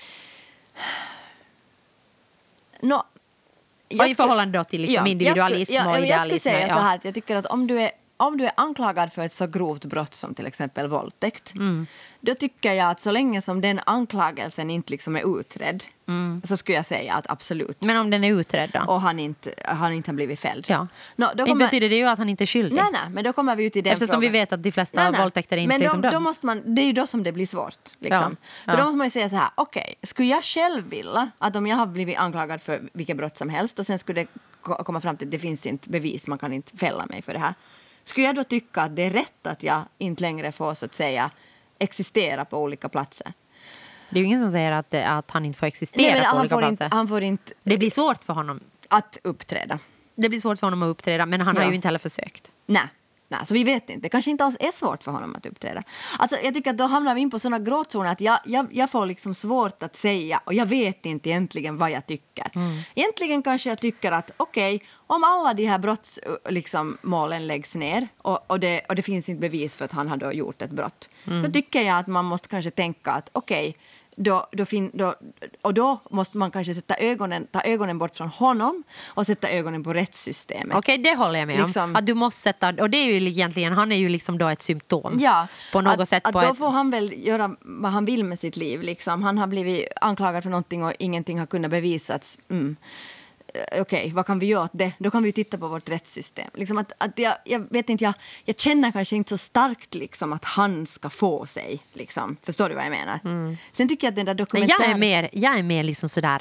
Nå, Och i jag skulle- förhållande då till liksom individualism jag skulle, och ja, idealism. Jag skulle säga ja. så här att jag tycker att om du är om du är anklagad för ett så grovt brott som till exempel våldtäkt, Mm. då tycker jag att så länge som den anklagelsen inte liksom är utredd, så skulle jag säga att absolut. Men om den är utredd då? Och han inte, han inte har blivit fälld. Ja. Nå, då Inte kommer, betyder det ju att han inte är skyldig. nej, nej, men då kommer vi ut i den Eftersom frågan. vi vet att de flesta Nej, nej. våldtäkter är inte Men liksom då, då dömda. måste man, det är ju då som det blir svårt. Liksom. Ja, För ja. då måste man ju säga så här, okej, skulle jag själv vilja att om jag har blivit anklagad för vilket brott som helst och sen skulle det ko- komma fram till att det finns inte bevis, man kan inte fälla mig för det här. Skulle jag då tycka att det är rätt att jag inte längre får så att säga existera på olika platser? Det är ju ingen som säger att, att han inte får existera Nej, men på han, olika får platser. inte, han får inte Det blir svårt för honom. att uppträda. Det blir svårt för honom att uppträda, men han Ja. har ju inte heller försökt. Nej. Nej, så vi vet inte. Det kanske inte alls är svårt för honom att uppträda. Alltså, jag tycker att då hamnar vi in på såna gråzoner att jag, jag, jag får liksom svårt att säga och jag vet inte egentligen vad jag tycker. Mm. Egentligen kanske jag tycker att okej, okay, om alla de här brottsmålen liksom, målen läggs ner och, och, det, och det finns inte bevis för att han har då gjort ett brott, Mm. då tycker jag att man måste kanske tänka att okej, okay, Då, då fin, då, och då måste man kanske sätta ögonen, ta ögonen bort från honom och sätta ögonen på rättssystemet. Okej, det håller jag med Liksom- om. Att du måste sätta, och det är ju egentligen, han är ju liksom då ett symptom. Ja, På något att, sätt. Att På då ett, får han väl göra vad han vill med sitt liv. Liksom. Han har blivit anklagad för någonting och ingenting har kunnat bevisats. Mm. okej, okay, vad kan vi göra åt det? Då kan vi ju titta på vårt rättssystem. Liksom att, att jag, jag vet inte, jag, jag känner kanske inte så starkt liksom, att han ska få sig. Liksom. Förstår du vad jag menar? Mm. Sen tycker jag att den där dokumentären... Men jag är mer, jag är mer liksom sådär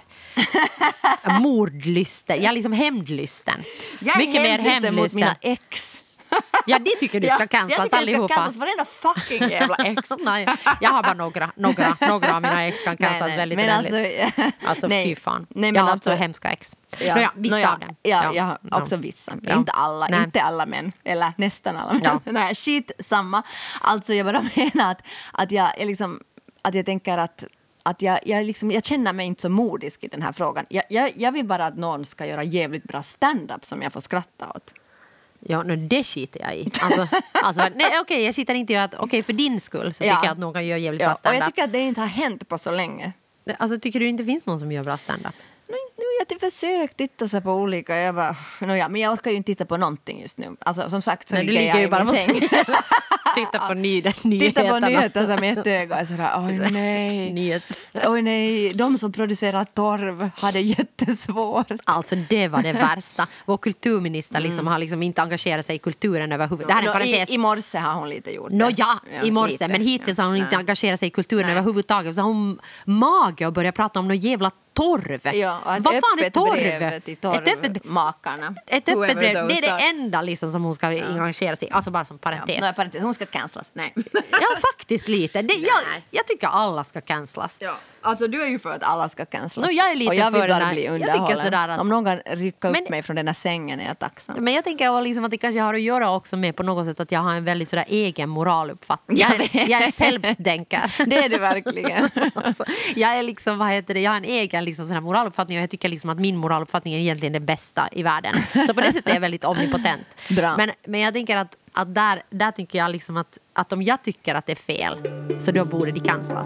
mordlysten. Jag är liksom hämndlysten. Jag är mycket mer hämndlysten mot mina ex. Ja, det tycker du ska cancelas ja, allihopa. Jag tycker det ska cancelas varenda fucking jävla ex. Nej, jag har bara några, några, några av mina ex kan cancelas nej, nej, väldigt men väldigt. Alltså, alltså nej, fy fan. Nej, jag men har alltså, alltså hemska ex. Ja, Nåja, vissa nåja, av dem. Ja, ja, jag har ja. också vissa. Ja. Inte alla, nej. inte alla män. Eller nästan alla män. Ja. Nej, shit, samma. Alltså jag bara menar att, att, jag, jag liksom, att jag tänker att Att jag, jag, liksom, jag känner mig inte så modisk i den här frågan. Jag, jag, jag vill bara att någon ska göra jävligt bra stand-up som jag får skratta åt. Ja, no, det skiter jag i. Alltså, alltså, nej, okej, okay, jag skiter inte i att, okej, okay, för din skull så ja. tycker jag att någon kan göra jävligt ja. bra stand-up. Och jag tycker att det inte har hänt på så länge. Alltså, tycker du inte finns någon som gör bra stand-up? Nu, nu jag har försökt titta så på olika. Jag bara, no ja, men jag orkar ju inte titta på någonting just nu. Alltså, som sagt så nej, ligger jag ju i bara min säng. Titta på nyheterna. Titta på nyheterna som ett öga. Sådär, oj nej. Nyhet. Oj nej, de som producerar torv hade jättesvårt. Alltså det var det värsta. Vår kulturminister liksom mm. har liksom inte engagerat sig i kulturen överhuvud. Det här är en parentes. I, I morse har hon lite gjort det. No, ja, ja, i morse. lite. Men hittills har hon ja. inte engagerat sig i kulturen nej. överhuvudtaget. Så har hon mage att börja prata om någon jävla torv. Ja, vad fan är torv? Till torvmakarna. Ett öppet brev. Det är det enda liksom som hon ska ja. engagera sig i. Alltså bara som parentes. Ja, nej, parentes. Hon ska cancelas. Nej. Ja, faktiskt lite. Det, jag, jag tycker alla ska cancelas. Ja. Alltså du är ju för att alla ska cancelas. No, jag är lite och jag vill för bara den bli här, underhållen. Att, om någon kan rycka upp men, mig från den här sängen är jag tacksam. Men jag tänker liksom att det kanske har att göra också med på något sätt att jag har en väldigt sådär egen moraluppfattning. Jag är, jag är självsdänkare. Det är du verkligen. Alltså, jag är liksom, vad heter det, jag har en egen liksom sån här moraluppfattning och jag tycker liksom att min moraluppfattning är egentligen det bästa i världen. Så på det sättet är jag väldigt omnipotent. Bra. Men, men jag tänker att, att där, där tycker jag liksom att, att om jag tycker att det är fel så då borde de cancelas.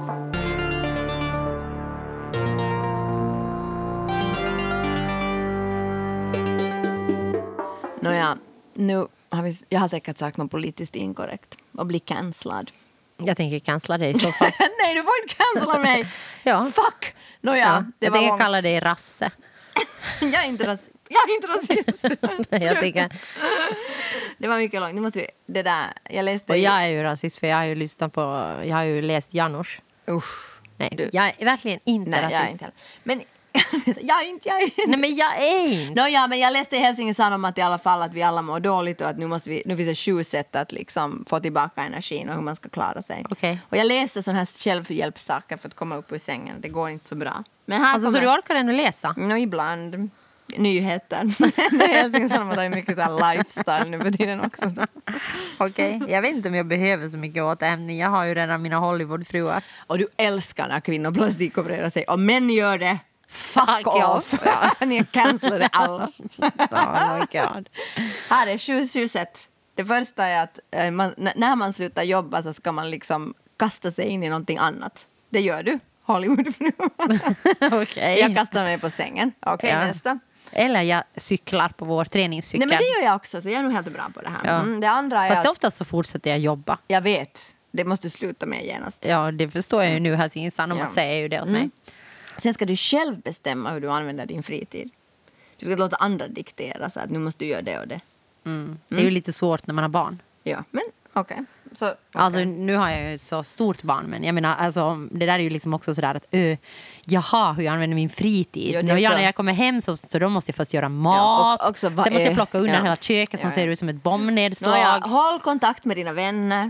Nåja, nu har vi, jag har säkert sagt något politiskt inkorrekt och bli cancellad. Jag tänker cancella dig i så fall. Nej, du får inte cancella mig. Ja. Fuck! Nåja, ja, det jag var tänker långt. kalla dig rasse. jag är inte rasist. Jag är inte rasist. jag tänker... Det var mycket långt. Nu måste vi, det där, jag läste... Och jag är ju rasist för jag har ju lyssnat på, jag har ju läst Janusz. Usch. Nej, du. jag är verkligen inte Nej, rasist. jag är inte heller. Men jag är inte, jag är inte. Nej, men jag är inte. No, ja, men jag läste i Helsingin Sanomat i alla fall att vi alla mår dåligt och att nu, måste vi, nu finns det sju sätt att liksom få tillbaka energin och hur man ska klara sig. Okay. Och jag läste sådana här självhjälpssaker för att komma upp ur sängen. Det går inte så bra. Men här alltså, kommer... så du orkar ännu läsa? No, ibland. Nyheter. Helsingin Sanomat har mycket så här lifestyle nu för tiden också. Okej, okay. Jag vet inte om jag behöver så mycket återhämtning. Jag har ju redan mina Hollywoodfruar. Och du älskar när kvinnor plastikopererar sig. Och män gör det. Fuck, Fuck off. off. Ja, ni cancellade alla. Oh my God. Här är sju, sju sätt. Det första är att eh, man, n- när man slutar jobba så ska man liksom kasta sig in i någonting annat. Det gör du. Hollywoodfruar. Okay. Jag kastar mig på sängen. Okej, okay, ja. Nästa. Eller jag cyklar på vår träningscykel. Nej, men det gör jag också, så jag är nog helt bra på det här. Ja. Mm, det andra är Fast att... oftast så fortsätter jag jobba. Jag vet. Det måste sluta med genast. Ja, det förstår jag ju nu. Helsingin Sanomat ja. säger ju det åt mm. mig. Sen ska du själv bestämma hur du använder din fritid. Du ska låta andra diktera så att nu måste du göra det och det. Mm. Det är ju lite svårt när man har barn. Ja, men okej. Okay. Så, okay. Alltså nu har jag ju ett så stort barn, men jag menar alltså, det där är ju liksom också sådär att ö, jaha, hur jag använder min fritid. Ja, när, jag, när jag kommer hem så, så då måste jag först göra mat. Ja, och också, sen måste jag plocka undan ja. hela köket som ja, ja. ser ut som ett bombnedslag. No, ja. Håll kontakt med dina vänner.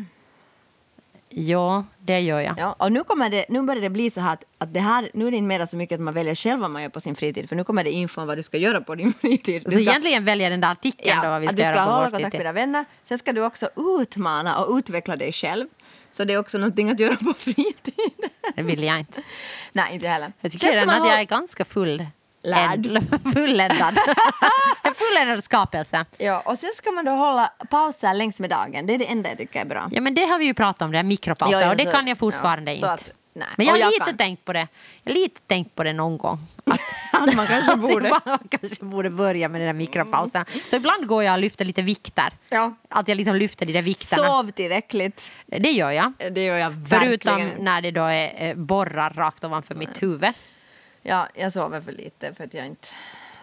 Ja, det gör jag. Ja, och nu, kommer det, nu börjar det bli så här att, att det här, nu är det inte mer så mycket att man väljer själv vad man gör på sin fritid. För nu kommer det info om vad du ska göra på din fritid. Du så ska, egentligen välja den där artikeln ja, då vad vi ska, att du ska göra på hålla vår kontakt fritid. med dina vänner. Sen ska du också utmana och utveckla dig själv. Så det är också någonting att göra på fritid. Det vill jag inte. Nej, inte heller. Jag tycker redan att jag är ganska full. Lärd. Fulländad. En fulländad skapelse. Ja, och sen ska man då hålla pauser längs med dagen. Det är det enda jag tycker är bra. Ja, men det har vi ju pratat om, det här mikropauser. Ja, ja, och det så, kan jag fortfarande ja, inte. Att, nej. Men jag har jag lite kan. tänkt på det. Jag har lite tänkt på det någon gång. Att, att man kanske borde. man kanske borde börja med den där mikropausen. Mm. Så ibland går jag och lyfter lite vikter. Ja. Att jag liksom lyfter de där vikterna. Sov tillräckligt. Det gör jag. Det gör jag verkligen. Förutom när det då är borrar rakt ovanför mitt huvud. Ja, jag sover för lite för att jag inte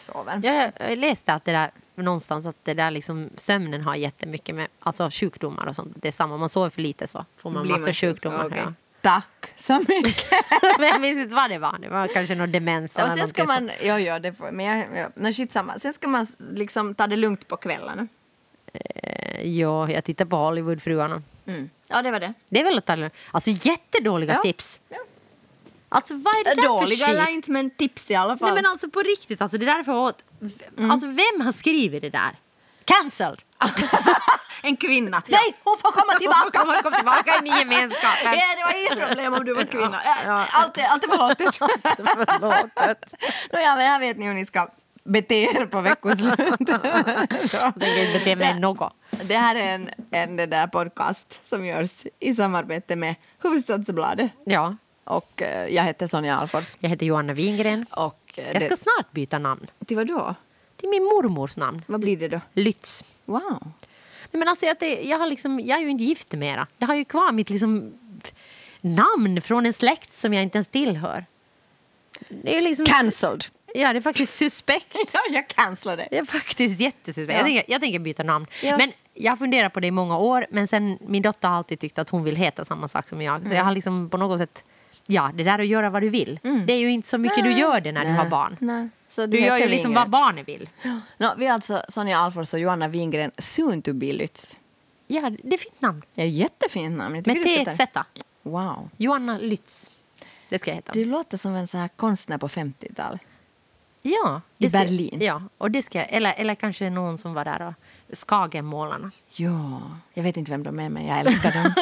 sover. Jag, jag läste att det där någonstans att det där liksom sömnen har jättemycket med alltså sjukdomar och sånt. Det är samma, man sover för lite så får man Blir massa man sjuk? sjukdomar. Okej. Ja. Tack så mycket. Men jag minns inte vad det var. Det var kanske någon demens eller Och sen ska någonting man, ja, ja, det får, men jag, ja, no, skitsamma. Sen ska man liksom ta det lugnt på kvällen. Eh, Ja, jag tittar på Hollywoodfruarna. Mm. Ja, det var det. Det är väl att ta det lugnt. Alltså jättedåliga Ja. tips. Ja. Alltså vad är det där Dåliga för eller skit? inte, men tips i alla fall. Nej men alltså på riktigt, alltså det där är för åt. Alltså vem har skrivit det där? Cancelled. En kvinna. Nej, hon får komma tillbaka. Hon kom tillbaka in i gemenskapen. Ja, det var inget problem om du var kvinna. Ja. Allt är, allt är förlåtet. Förlåtet. Nå, ja, men här vet ni hur ni ska bete er på veckoslut. Jag tänker inte bete mig något. Det här är en, en det där podcast som görs i samarbete med Hufvudstadsbladet. Ja, Och eh, jag heter Sonja Alfors. jag heter Johanna Wingren. Och eh, Jag ska det, snart byta namn. till vad då? Till min mormors namn. Vad blir det då? Lytz. Wow. Nej, men alltså, jag, det, jag, har liksom, jag är ju inte gift mera. Jag har ju kvar mitt liksom, namn från en släkt som jag inte ens tillhör. Det är liksom... Cancelled. Ja, det är faktiskt suspekt. Ja, jag cancelade. Det är faktiskt jättesuspekt. Ja. Jag, tänker, jag tänker byta namn. Ja. Men jag funderar på det i många år. Men sen min dotter har alltid tyckt att hon vill heta samma sak som jag. Så jag har liksom på något sätt... Ja, det där att göra vad du vill. Det är ju inte så mycket du gör det när du har barn. Nej. Så Du gör ju heter liksom Wingren. vad barnet vill. No, vi är alltså Sonja Alfors och Johanna Wingren, soon to be Lytz. Ja, det är fint namn. Det är ett jättefint namn. Jag tycker Med du T ska ett ta- Z. Wow. Johanna Lytz. Det ska jag heta. Du låter som en så här konstnär på femtiotalet. Ja. I det ska- Berlin. Ja, och det ska jag, eller, eller kanske någon som var där och Skagenmålarna. Ja, jag vet inte vem de är, men jag älskar dem.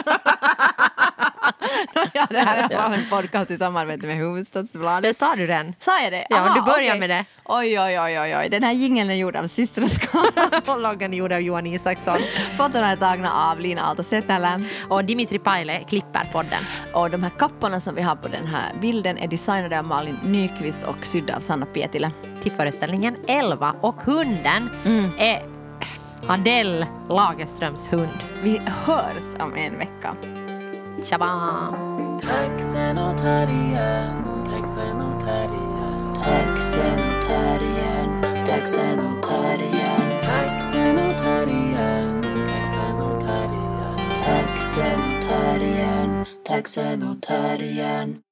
Ja, det här var en podcast i samarbete med Hufvudstadsbladet. Det sa du den. Sa jag det? Ja, Aha, du börjar okej. med det. Oj, oj, oj, oj, oj. Den här jingeln är gjord av Systraskalan. Och loggan är gjord av Johan Isaksson. Fotona är tagna av Lina Aalto-Setälä. Och Dimitri Paile klipper podden. Och de här kapporna som vi har på den här bilden är designade av Malin Nyqvist och sydda av Sanna Pietilä. Till föreställningen elva. Och hunden är Adele Lagerströms hund. Vi hörs om en vecka. Shabam! Taxen och terriern, taxen och terriern, taxen och terriern, taxen och terriern, taxen och terriern, taxen och terriern, taxen och terriern, taxen och terriern.